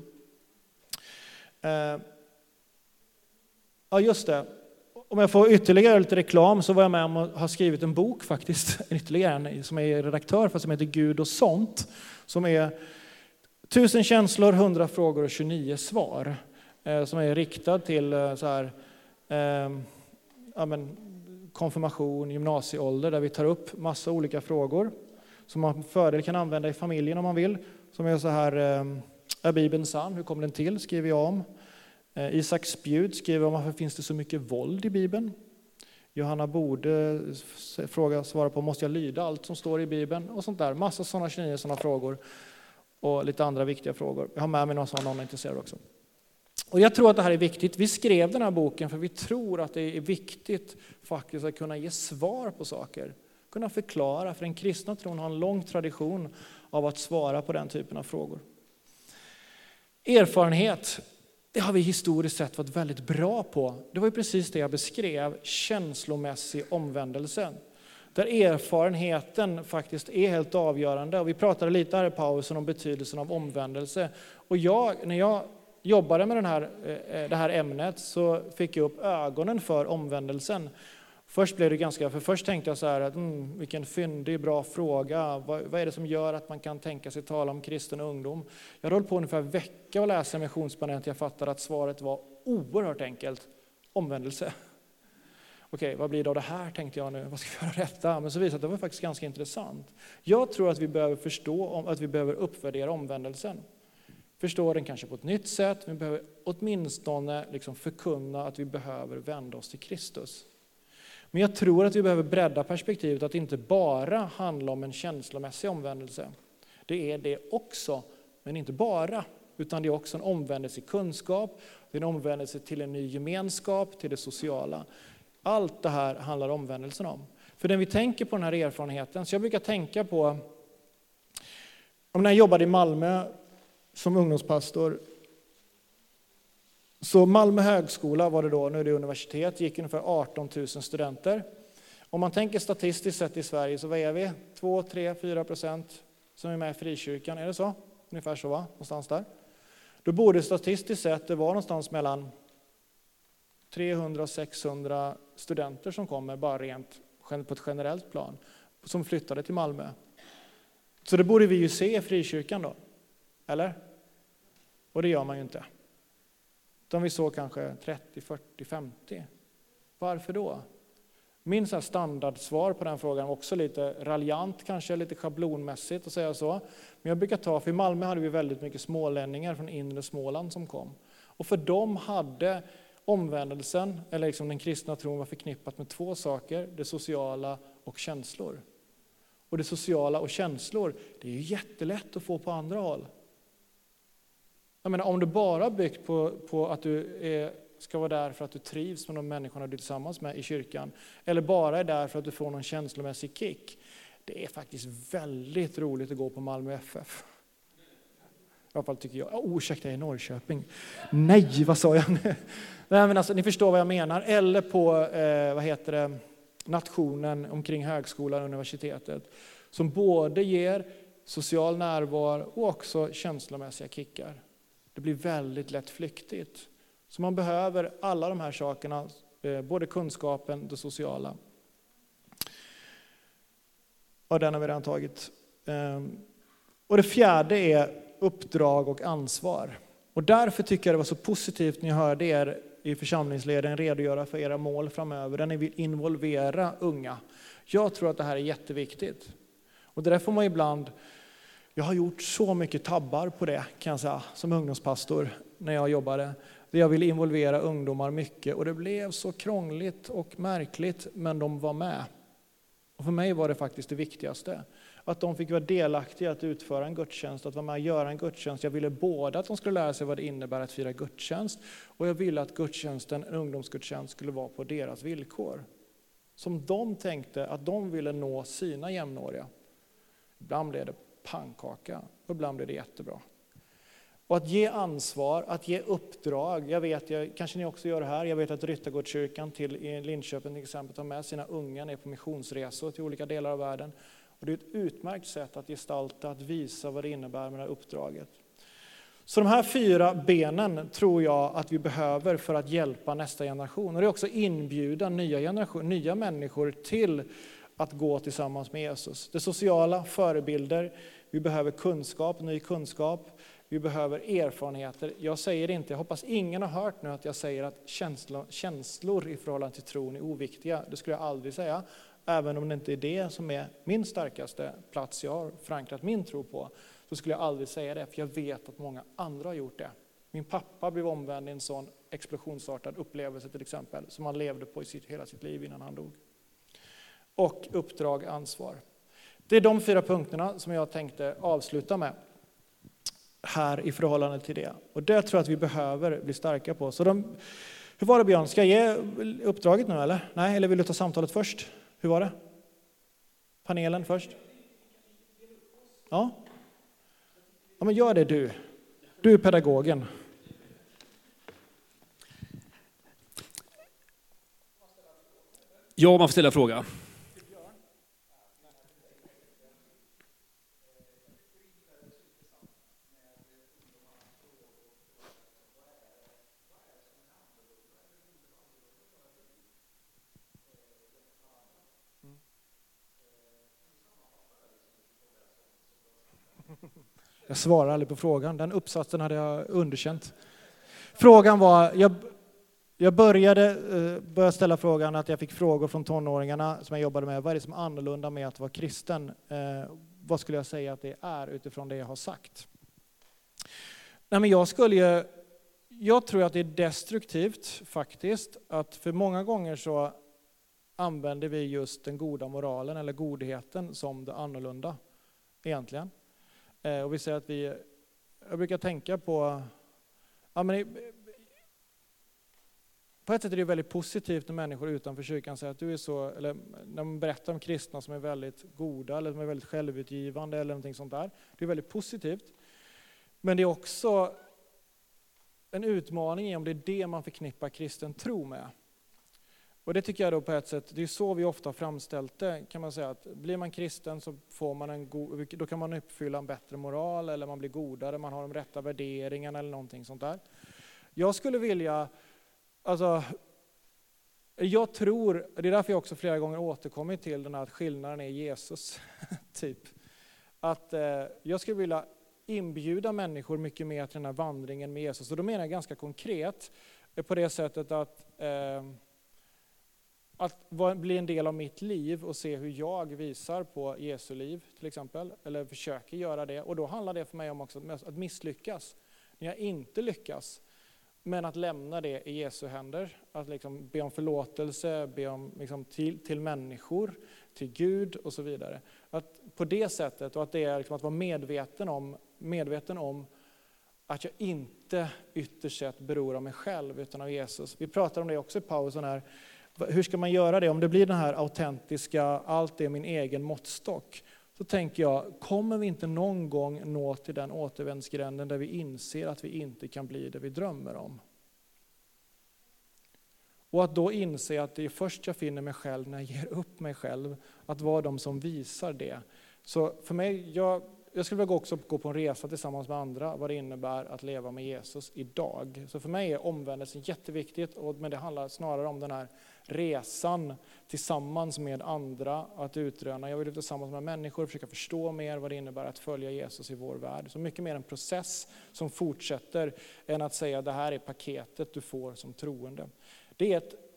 S6: Ja, just det. Om jag får ytterligare lite reklam, så var jag med om att ha skrivit en bok faktiskt, ytterligare en, som är redaktör för, som heter Gud och sånt, som är 1000 känslor, 100 frågor och 29 svar, som är riktad till konfirmation, gymnasieålder, där vi tar upp massa olika frågor som man fördel kan använda i familjen om man vill. Som är så här, är Bibeln sann? Hur kom den till? Skriver jag om. Isak Spjut skriver om varför finns det så mycket våld i Bibeln. Johanna Borde svarar på, måste jag lyda allt som står i Bibeln? Och sånt där, massa sådana 29 sådana frågor. Och lite andra viktiga frågor. Jag har med mig någon som någon är intresserad också. Och jag tror att det här är viktigt. Vi skrev den här boken för vi tror att det är viktigt faktiskt att kunna ge svar på saker. Kunna förklara, för den kristna tron har en lång tradition av att svara på den typen av frågor. Erfarenhet, det har vi historiskt sett varit väldigt bra på. Det var ju precis det jag beskrev, känslomässig omvändelse. Där erfarenheten faktiskt är helt avgörande. Och vi pratade lite här i pausen om betydelsen av omvändelse. Och när jag jobbade med det här ämnet så fick jag upp ögonen för omvändelsen. Först tänkte jag så här att vilken fyndig, bra fråga. Vad är det som gör att man kan tänka sig tala om kristen ungdom? Jag höll på ungefär en vecka och läsa missionspanelen till jag fattade att svaret var oerhört enkelt. Omvändelse. Okej, vad blir då det här, tänkte jag nu. Vad ska vi göra detta? Men så visade det att det var faktiskt ganska intressant. Jag tror att vi behöver förstå att vi behöver uppvärdera omvändelsen. Förstå den kanske på ett nytt sätt. Vi behöver åtminstone förkunna att vi behöver vända oss till Kristus. Men jag tror att vi behöver bredda perspektivet, att det inte bara handlar om en känslomässig omvändelse. Det är det också, men inte bara. Utan det är också en omvändelse i kunskap, det är en omvändelse till en ny gemenskap, till det sociala. Allt det här handlar omvändelsen om. För när vi tänker på den här erfarenheten, så jag brukar tänka på, när jag jobbade i Malmö som ungdomspastor, så Malmö högskola var det då, nu är det universitet, gick ungefär 18 000 studenter. Om man tänker statistiskt sett i Sverige så vad är vi? 2, 3, 4% som är med i frikyrkan, är det så? Ungefär så, va? Någonstans där. Då borde statistiskt sett det var någonstans mellan 300 och 600 studenter som kommer bara rent på ett generellt plan, som flyttade till Malmö. Så det borde vi ju se i frikyrkan då, eller? Och det gör man ju inte. Utan vi såg kanske 30, 40, 50. Varför då? Min så här standardsvar på den frågan var också lite raljant, kanske lite schablonmässigt att säga så. Men jag brukar ta, för i Malmö hade vi väldigt mycket smålänningar från inre Småland som kom. Och för dem hade omvändelsen, eller liksom den kristna tron, var förknippat med två saker, det sociala och känslor. Och det sociala och känslor, det är ju jättelätt att få på andra håll. Jag menar, om du bara byggt på att du ska vara där för att du trivs med de människorna du är tillsammans med i kyrkan, eller bara är där för att du får någon känslomässig kick, det är faktiskt väldigt roligt att gå på Malmö FF. I alla fall tycker jag. Ursäkta, jag är i Norrköping. Nej, vad sa jag nu? Nej, men alltså, ni förstår vad jag menar. Eller på nationen omkring högskolan och universitetet, som både ger social närvaro och också känslomässiga kickar. Det blir väldigt lätt flyktigt. Så man behöver alla de här sakerna, både kunskapen och det sociala. Och den har vi redan tagit. Och det fjärde är uppdrag och ansvar. Och därför tycker jag det var så positivt när jag hörde er i församlingsleden redogöra för era mål framöver, där ni vill involvera unga. Jag tror att det här är jätteviktigt. Och där får man ibland, jag har gjort så mycket tabbar på det kan jag säga, som ungdomspastor när jag jobbade. Där jag ville involvera ungdomar mycket och det blev så krångligt och märkligt, men de var med. Och för mig var det faktiskt det viktigaste. Att de fick vara delaktiga att utföra en gudstjänst, att vara med och göra en gudstjänst. Jag ville både att de skulle lära sig vad det innebär att fira gudstjänst, och jag ville att gudstjänsten, en ungdomsgudstjänst, skulle vara på deras villkor. Som de tänkte att de ville nå sina jämnåriga. Ibland blev det pannkaka, och ibland blev det jättebra. Och att ge ansvar, att ge uppdrag. Kanske ni också gör det här. Jag vet att Ryttargårdskyrkan i Linköping till exempel tar med sina unga ner på missionsresor till olika delar av världen. Och det är ett utmärkt sätt att gestalta, att visa vad det innebär med det här uppdraget. Så de här 4 benen tror jag att vi behöver för att hjälpa nästa generation. Och det är också inbjuda nya människor till att gå tillsammans med Jesus. Det sociala, förebilder, vi behöver kunskap, ny kunskap. Vi behöver erfarenheter. Jag säger inte, jag hoppas ingen har hört nu att jag säger att känslor i förhållande till tron är oviktiga. Det skulle jag aldrig säga. Även om det inte är det som är min starkaste plats jag har förankrat min tro på, så skulle jag aldrig säga det, för jag vet att många andra har gjort det. Min pappa blev omvänd i en sån explosionsartad upplevelse till exempel, som han levde på i hela sitt liv innan han dog. Och uppdrag, ansvar. Det är de 4 punkterna som jag tänkte avsluta med här i förhållande till det. Och det tror jag att vi behöver bli starka på. Så hur var det, Björn? Ska jag ge uppdraget nu eller? Nej, eller vill du ta samtalet först? Hur var det? Panelen först? Ja. Ja, men gör det du. Du är pedagogen.
S1: Ja, man får ställa fråga.
S6: Jag svarar aldrig på frågan. Den uppsatsen hade jag underkänt. Frågan var, jag började ställa frågan att jag fick frågor från tonåringarna som jag jobbade med. Vad är det som är annorlunda med att vara kristen? Vad skulle jag säga att det är utifrån det jag har sagt? Nej, men jag tror att det är destruktivt faktiskt. Att för många gånger så använder vi just den goda moralen eller godheten som det annorlunda egentligen. Och vi säger att jag brukar tänka på, på ett sätt är det väldigt positivt när människor utanför kyrkan säger att du är så, eller när man berättar om kristna som är väldigt goda eller som är väldigt självutgivande eller någonting sånt där. Det är väldigt positivt. Men det är också en utmaning i om det är det man förknippar kristen tro med. Och det tycker jag då på ett sätt, det är så vi ofta har framställt det, kan man säga, att blir man kristen så får man då kan man uppfylla en bättre moral eller man blir godare, man har de rätta värderingarna eller någonting sånt där. Jag skulle vilja, Jag tror, det är därför jag också flera gånger återkommit till den här att skillnaden är Jesus. Typ. Att jag skulle vilja inbjuda människor mycket mer till den här vandringen med Jesus. Och då menar jag ganska konkret på det sättet att bli en del av mitt liv och se hur jag visar på Jesu liv till exempel. Eller försöker göra det. Och då handlar det för mig om också att misslyckas. När jag inte lyckas. Men att lämna det i Jesu händer. Att liksom be om förlåtelse, be om liksom till människor, till Gud och så vidare. Att på det sättet, och att det är liksom att vara medveten om att jag inte ytterst sett beror av mig själv utan av Jesus. Vi pratar om det också i pausen här. Hur ska man göra det? Om det blir den här autentiska, allt är min egen måttstock. Så tänker jag, kommer vi inte någon gång nå till den återvändsgränden där vi inser att vi inte kan bli det vi drömmer om? Och att då inse att det är först jag finner mig själv när jag ger upp mig själv, att vara de som visar det. Så för mig, jag skulle vilja också gå på en resa tillsammans med andra, vad det innebär att leva med Jesus idag. Så för mig är omvändelsen jätteviktigt, men det handlar snarare om den här resan tillsammans med andra att utröna. Jag vill tillsammans med människor försöka förstå mer vad det innebär att följa Jesus i vår värld. Så mycket mer en process som fortsätter än att säga det här är paketet du får som troende. Det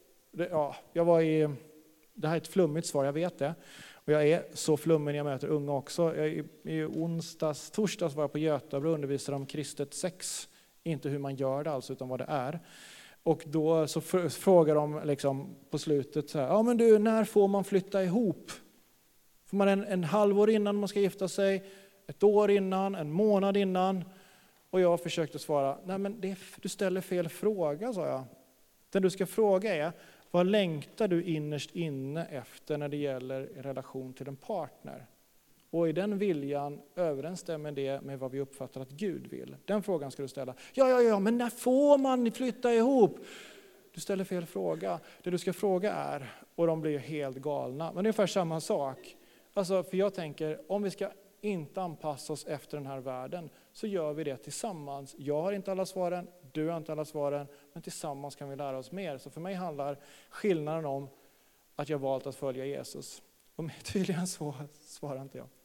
S6: här är ett flummigt svar, jag vet det. Och jag är så flummig när jag möter unga också. Torsdags var jag på Götabro och undervisade om kristet sex. Inte hur man gör det alls, utan vad det är. Och då så frågar de liksom på slutet så här, ja men du, när får man flytta ihop? Får man en halvår innan man ska gifta sig? Ett år innan? En månad innan? Och jag försökte svara, nej men du ställer fel fråga, sa jag. Den du ska fråga är, vad längtar du innerst inne efter när det gäller relation till en partner? Och i den viljan överensstämmer det med vad vi uppfattar att Gud vill. Den frågan ska du ställa. Ja, men när får man flytta ihop? Du ställer fel fråga. Det du ska fråga är, och de blir helt galna. Men det är ungefär samma sak. Alltså, för jag tänker, om vi ska inte anpassa oss efter den här världen så gör vi det tillsammans. Jag har inte alla svaren, du har inte alla svaren, men tillsammans kan vi lära oss mer. Så för mig handlar skillnaden om att jag valt att följa Jesus. Och tydligen så svarar inte jag.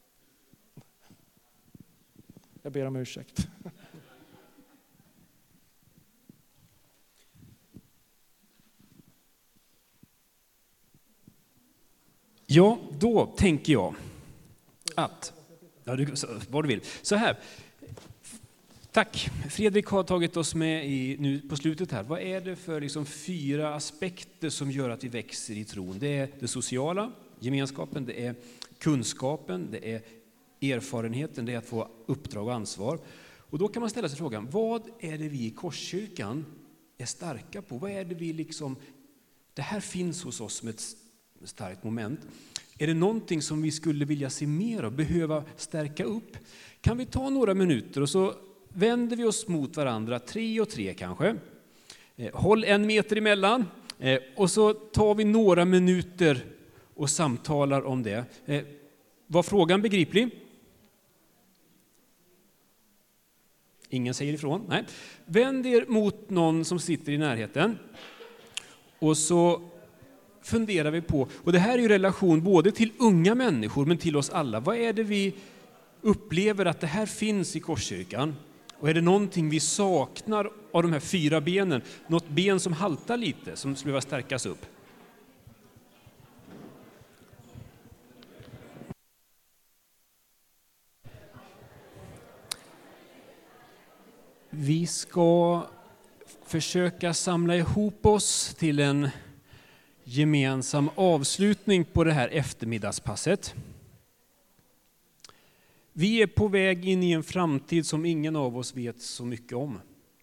S6: Jag ber om ursäkt.
S1: Ja, då tänker jag att, vad du vill. Så här, tack. Fredrik har tagit oss med nu på slutet här. Vad är det för 4 aspekter som gör att vi växer i tron? Det är det sociala, gemenskapen, det är kunskapen, det är erfarenheten, det är att få uppdrag och ansvar. Och då kan man ställa sig frågan, vad är det vi i Korskyrkan är starka på? Vad är det vi det här finns hos oss som ett starkt moment. Är det någonting som vi skulle vilja se mer av, behöva stärka upp? Kan vi ta några minuter och så vänder vi oss mot varandra, 3 och 3 kanske. Håll 1 meter emellan och så tar vi några minuter och samtalar om det. Var frågan begriplig? Ingen säger ifrån. Nej. Vänd er mot någon som sitter i närheten och så funderar vi på, och det här är ju relation både till unga människor men till oss alla. Vad är det vi upplever att det här finns i Korskyrkan? Och är det någonting vi saknar av de här 4 benen? Något ben som haltar lite, som skulle behöva stärkas upp? Vi ska försöka samla ihop oss till en gemensam avslutning på det här eftermiddagspasset. Vi är på väg in i en framtid som ingen av oss vet så mycket om.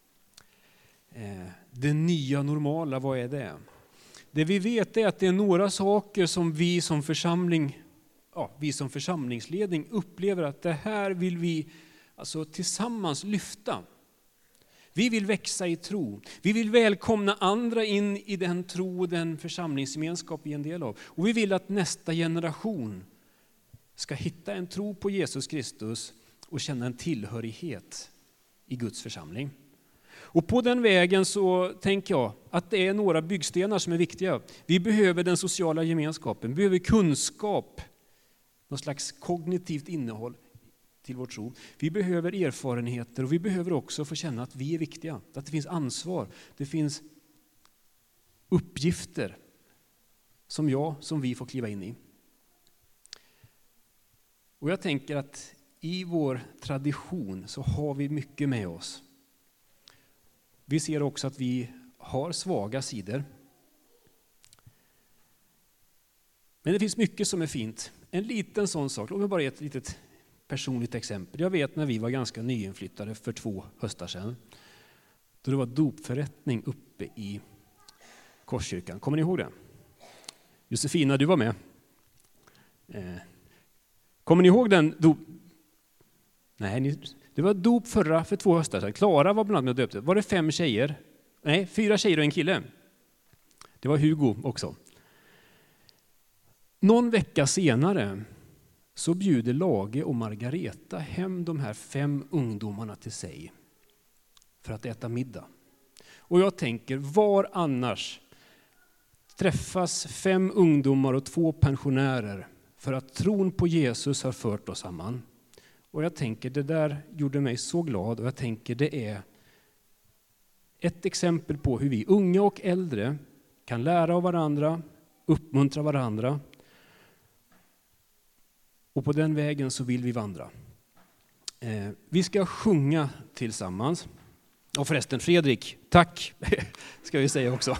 S1: Det nya normala, vad är det? Det vi vet är att det är några saker som vi som församlingsledning upplever att det här vill vi tillsammans lyfta. Vi vill växa i tro. Vi vill välkomna andra in i den tro och den församlingsgemenskap vi är en del av. Och vi vill att nästa generation ska hitta en tro på Jesus Kristus och känna en tillhörighet i Guds församling. Och på den vägen så tänker jag att det är några byggstenar som är viktiga. Vi behöver den sociala gemenskapen, vi behöver kunskap, någon slags kognitivt innehåll till vår tro. Vi behöver erfarenheter och vi behöver också få känna att vi är viktiga, att det finns ansvar, det finns uppgifter som vi får kliva in i. Och jag tänker att i vår tradition så har vi mycket med oss. Vi ser också att vi har svaga sidor. Men det finns mycket som är fint. En liten sån sak, låt mig bara ge ett litet personligt exempel. Jag vet när vi var ganska nyinflyttade för 2 höstar sedan. Då det var dopförrättning uppe i Korskyrkan. Kommer ni ihåg det? Josefina, du var med. Kommer ni ihåg den dop? Nej, det var dop för 2 höstar sedan. Klara var bland annat med och döpte. Var det 5 tjejer? Nej, 4 tjejer och en kille. Det var Hugo också. Någon vecka senare så bjuder Lage och Margareta hem de här 5 ungdomarna till sig för att äta middag. Och jag tänker, var annars träffas 5 ungdomar och 2 pensionärer för att tron på Jesus har fört oss samman. Och jag tänker, det där gjorde mig så glad, och jag tänker det är ett exempel på hur vi unga och äldre kan lära av varandra, uppmuntra varandra. Och på den vägen så vill vi vandra. Vi ska sjunga tillsammans. Och förresten, Fredrik, tack ska vi säga också.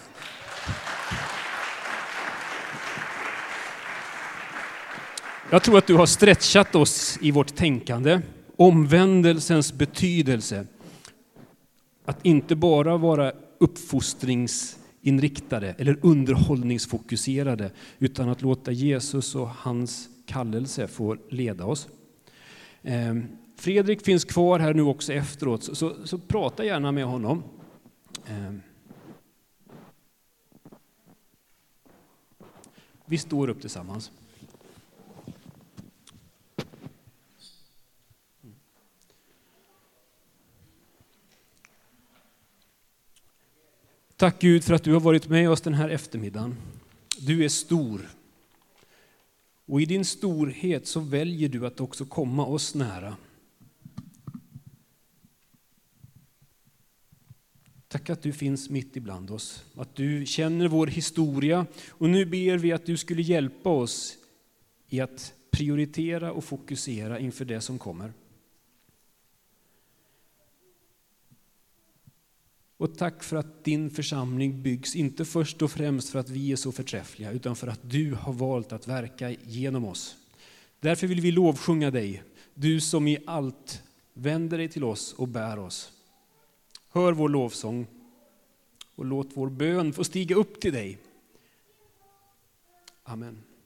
S1: Jag tror att du har stretchat oss i vårt tänkande. Omvändelsens betydelse. Att inte bara vara uppfostringsinriktade eller underhållningsfokuserade, utan att låta Jesus och hans kallelse få leda oss. Fredrik finns kvar här nu också efteråt, så prata gärna med honom. Vi står upp tillsammans. Tack Gud för att du har varit med oss den här eftermiddagen. Du är stor. Och i din storhet så väljer du att också komma oss nära. Tack att du finns mitt ibland oss. Att du känner vår historia. Och nu ber vi att du skulle hjälpa oss i att prioritera och fokusera inför det som kommer. Och tack för att din församling byggs, inte först och främst för att vi är så förträffliga, utan för att du har valt att verka genom oss. Därför vill vi lovsjunga dig, du som i allt vänder dig till oss och bär oss. Hör vår lovsång och låt vår bön få stiga upp till dig. Amen.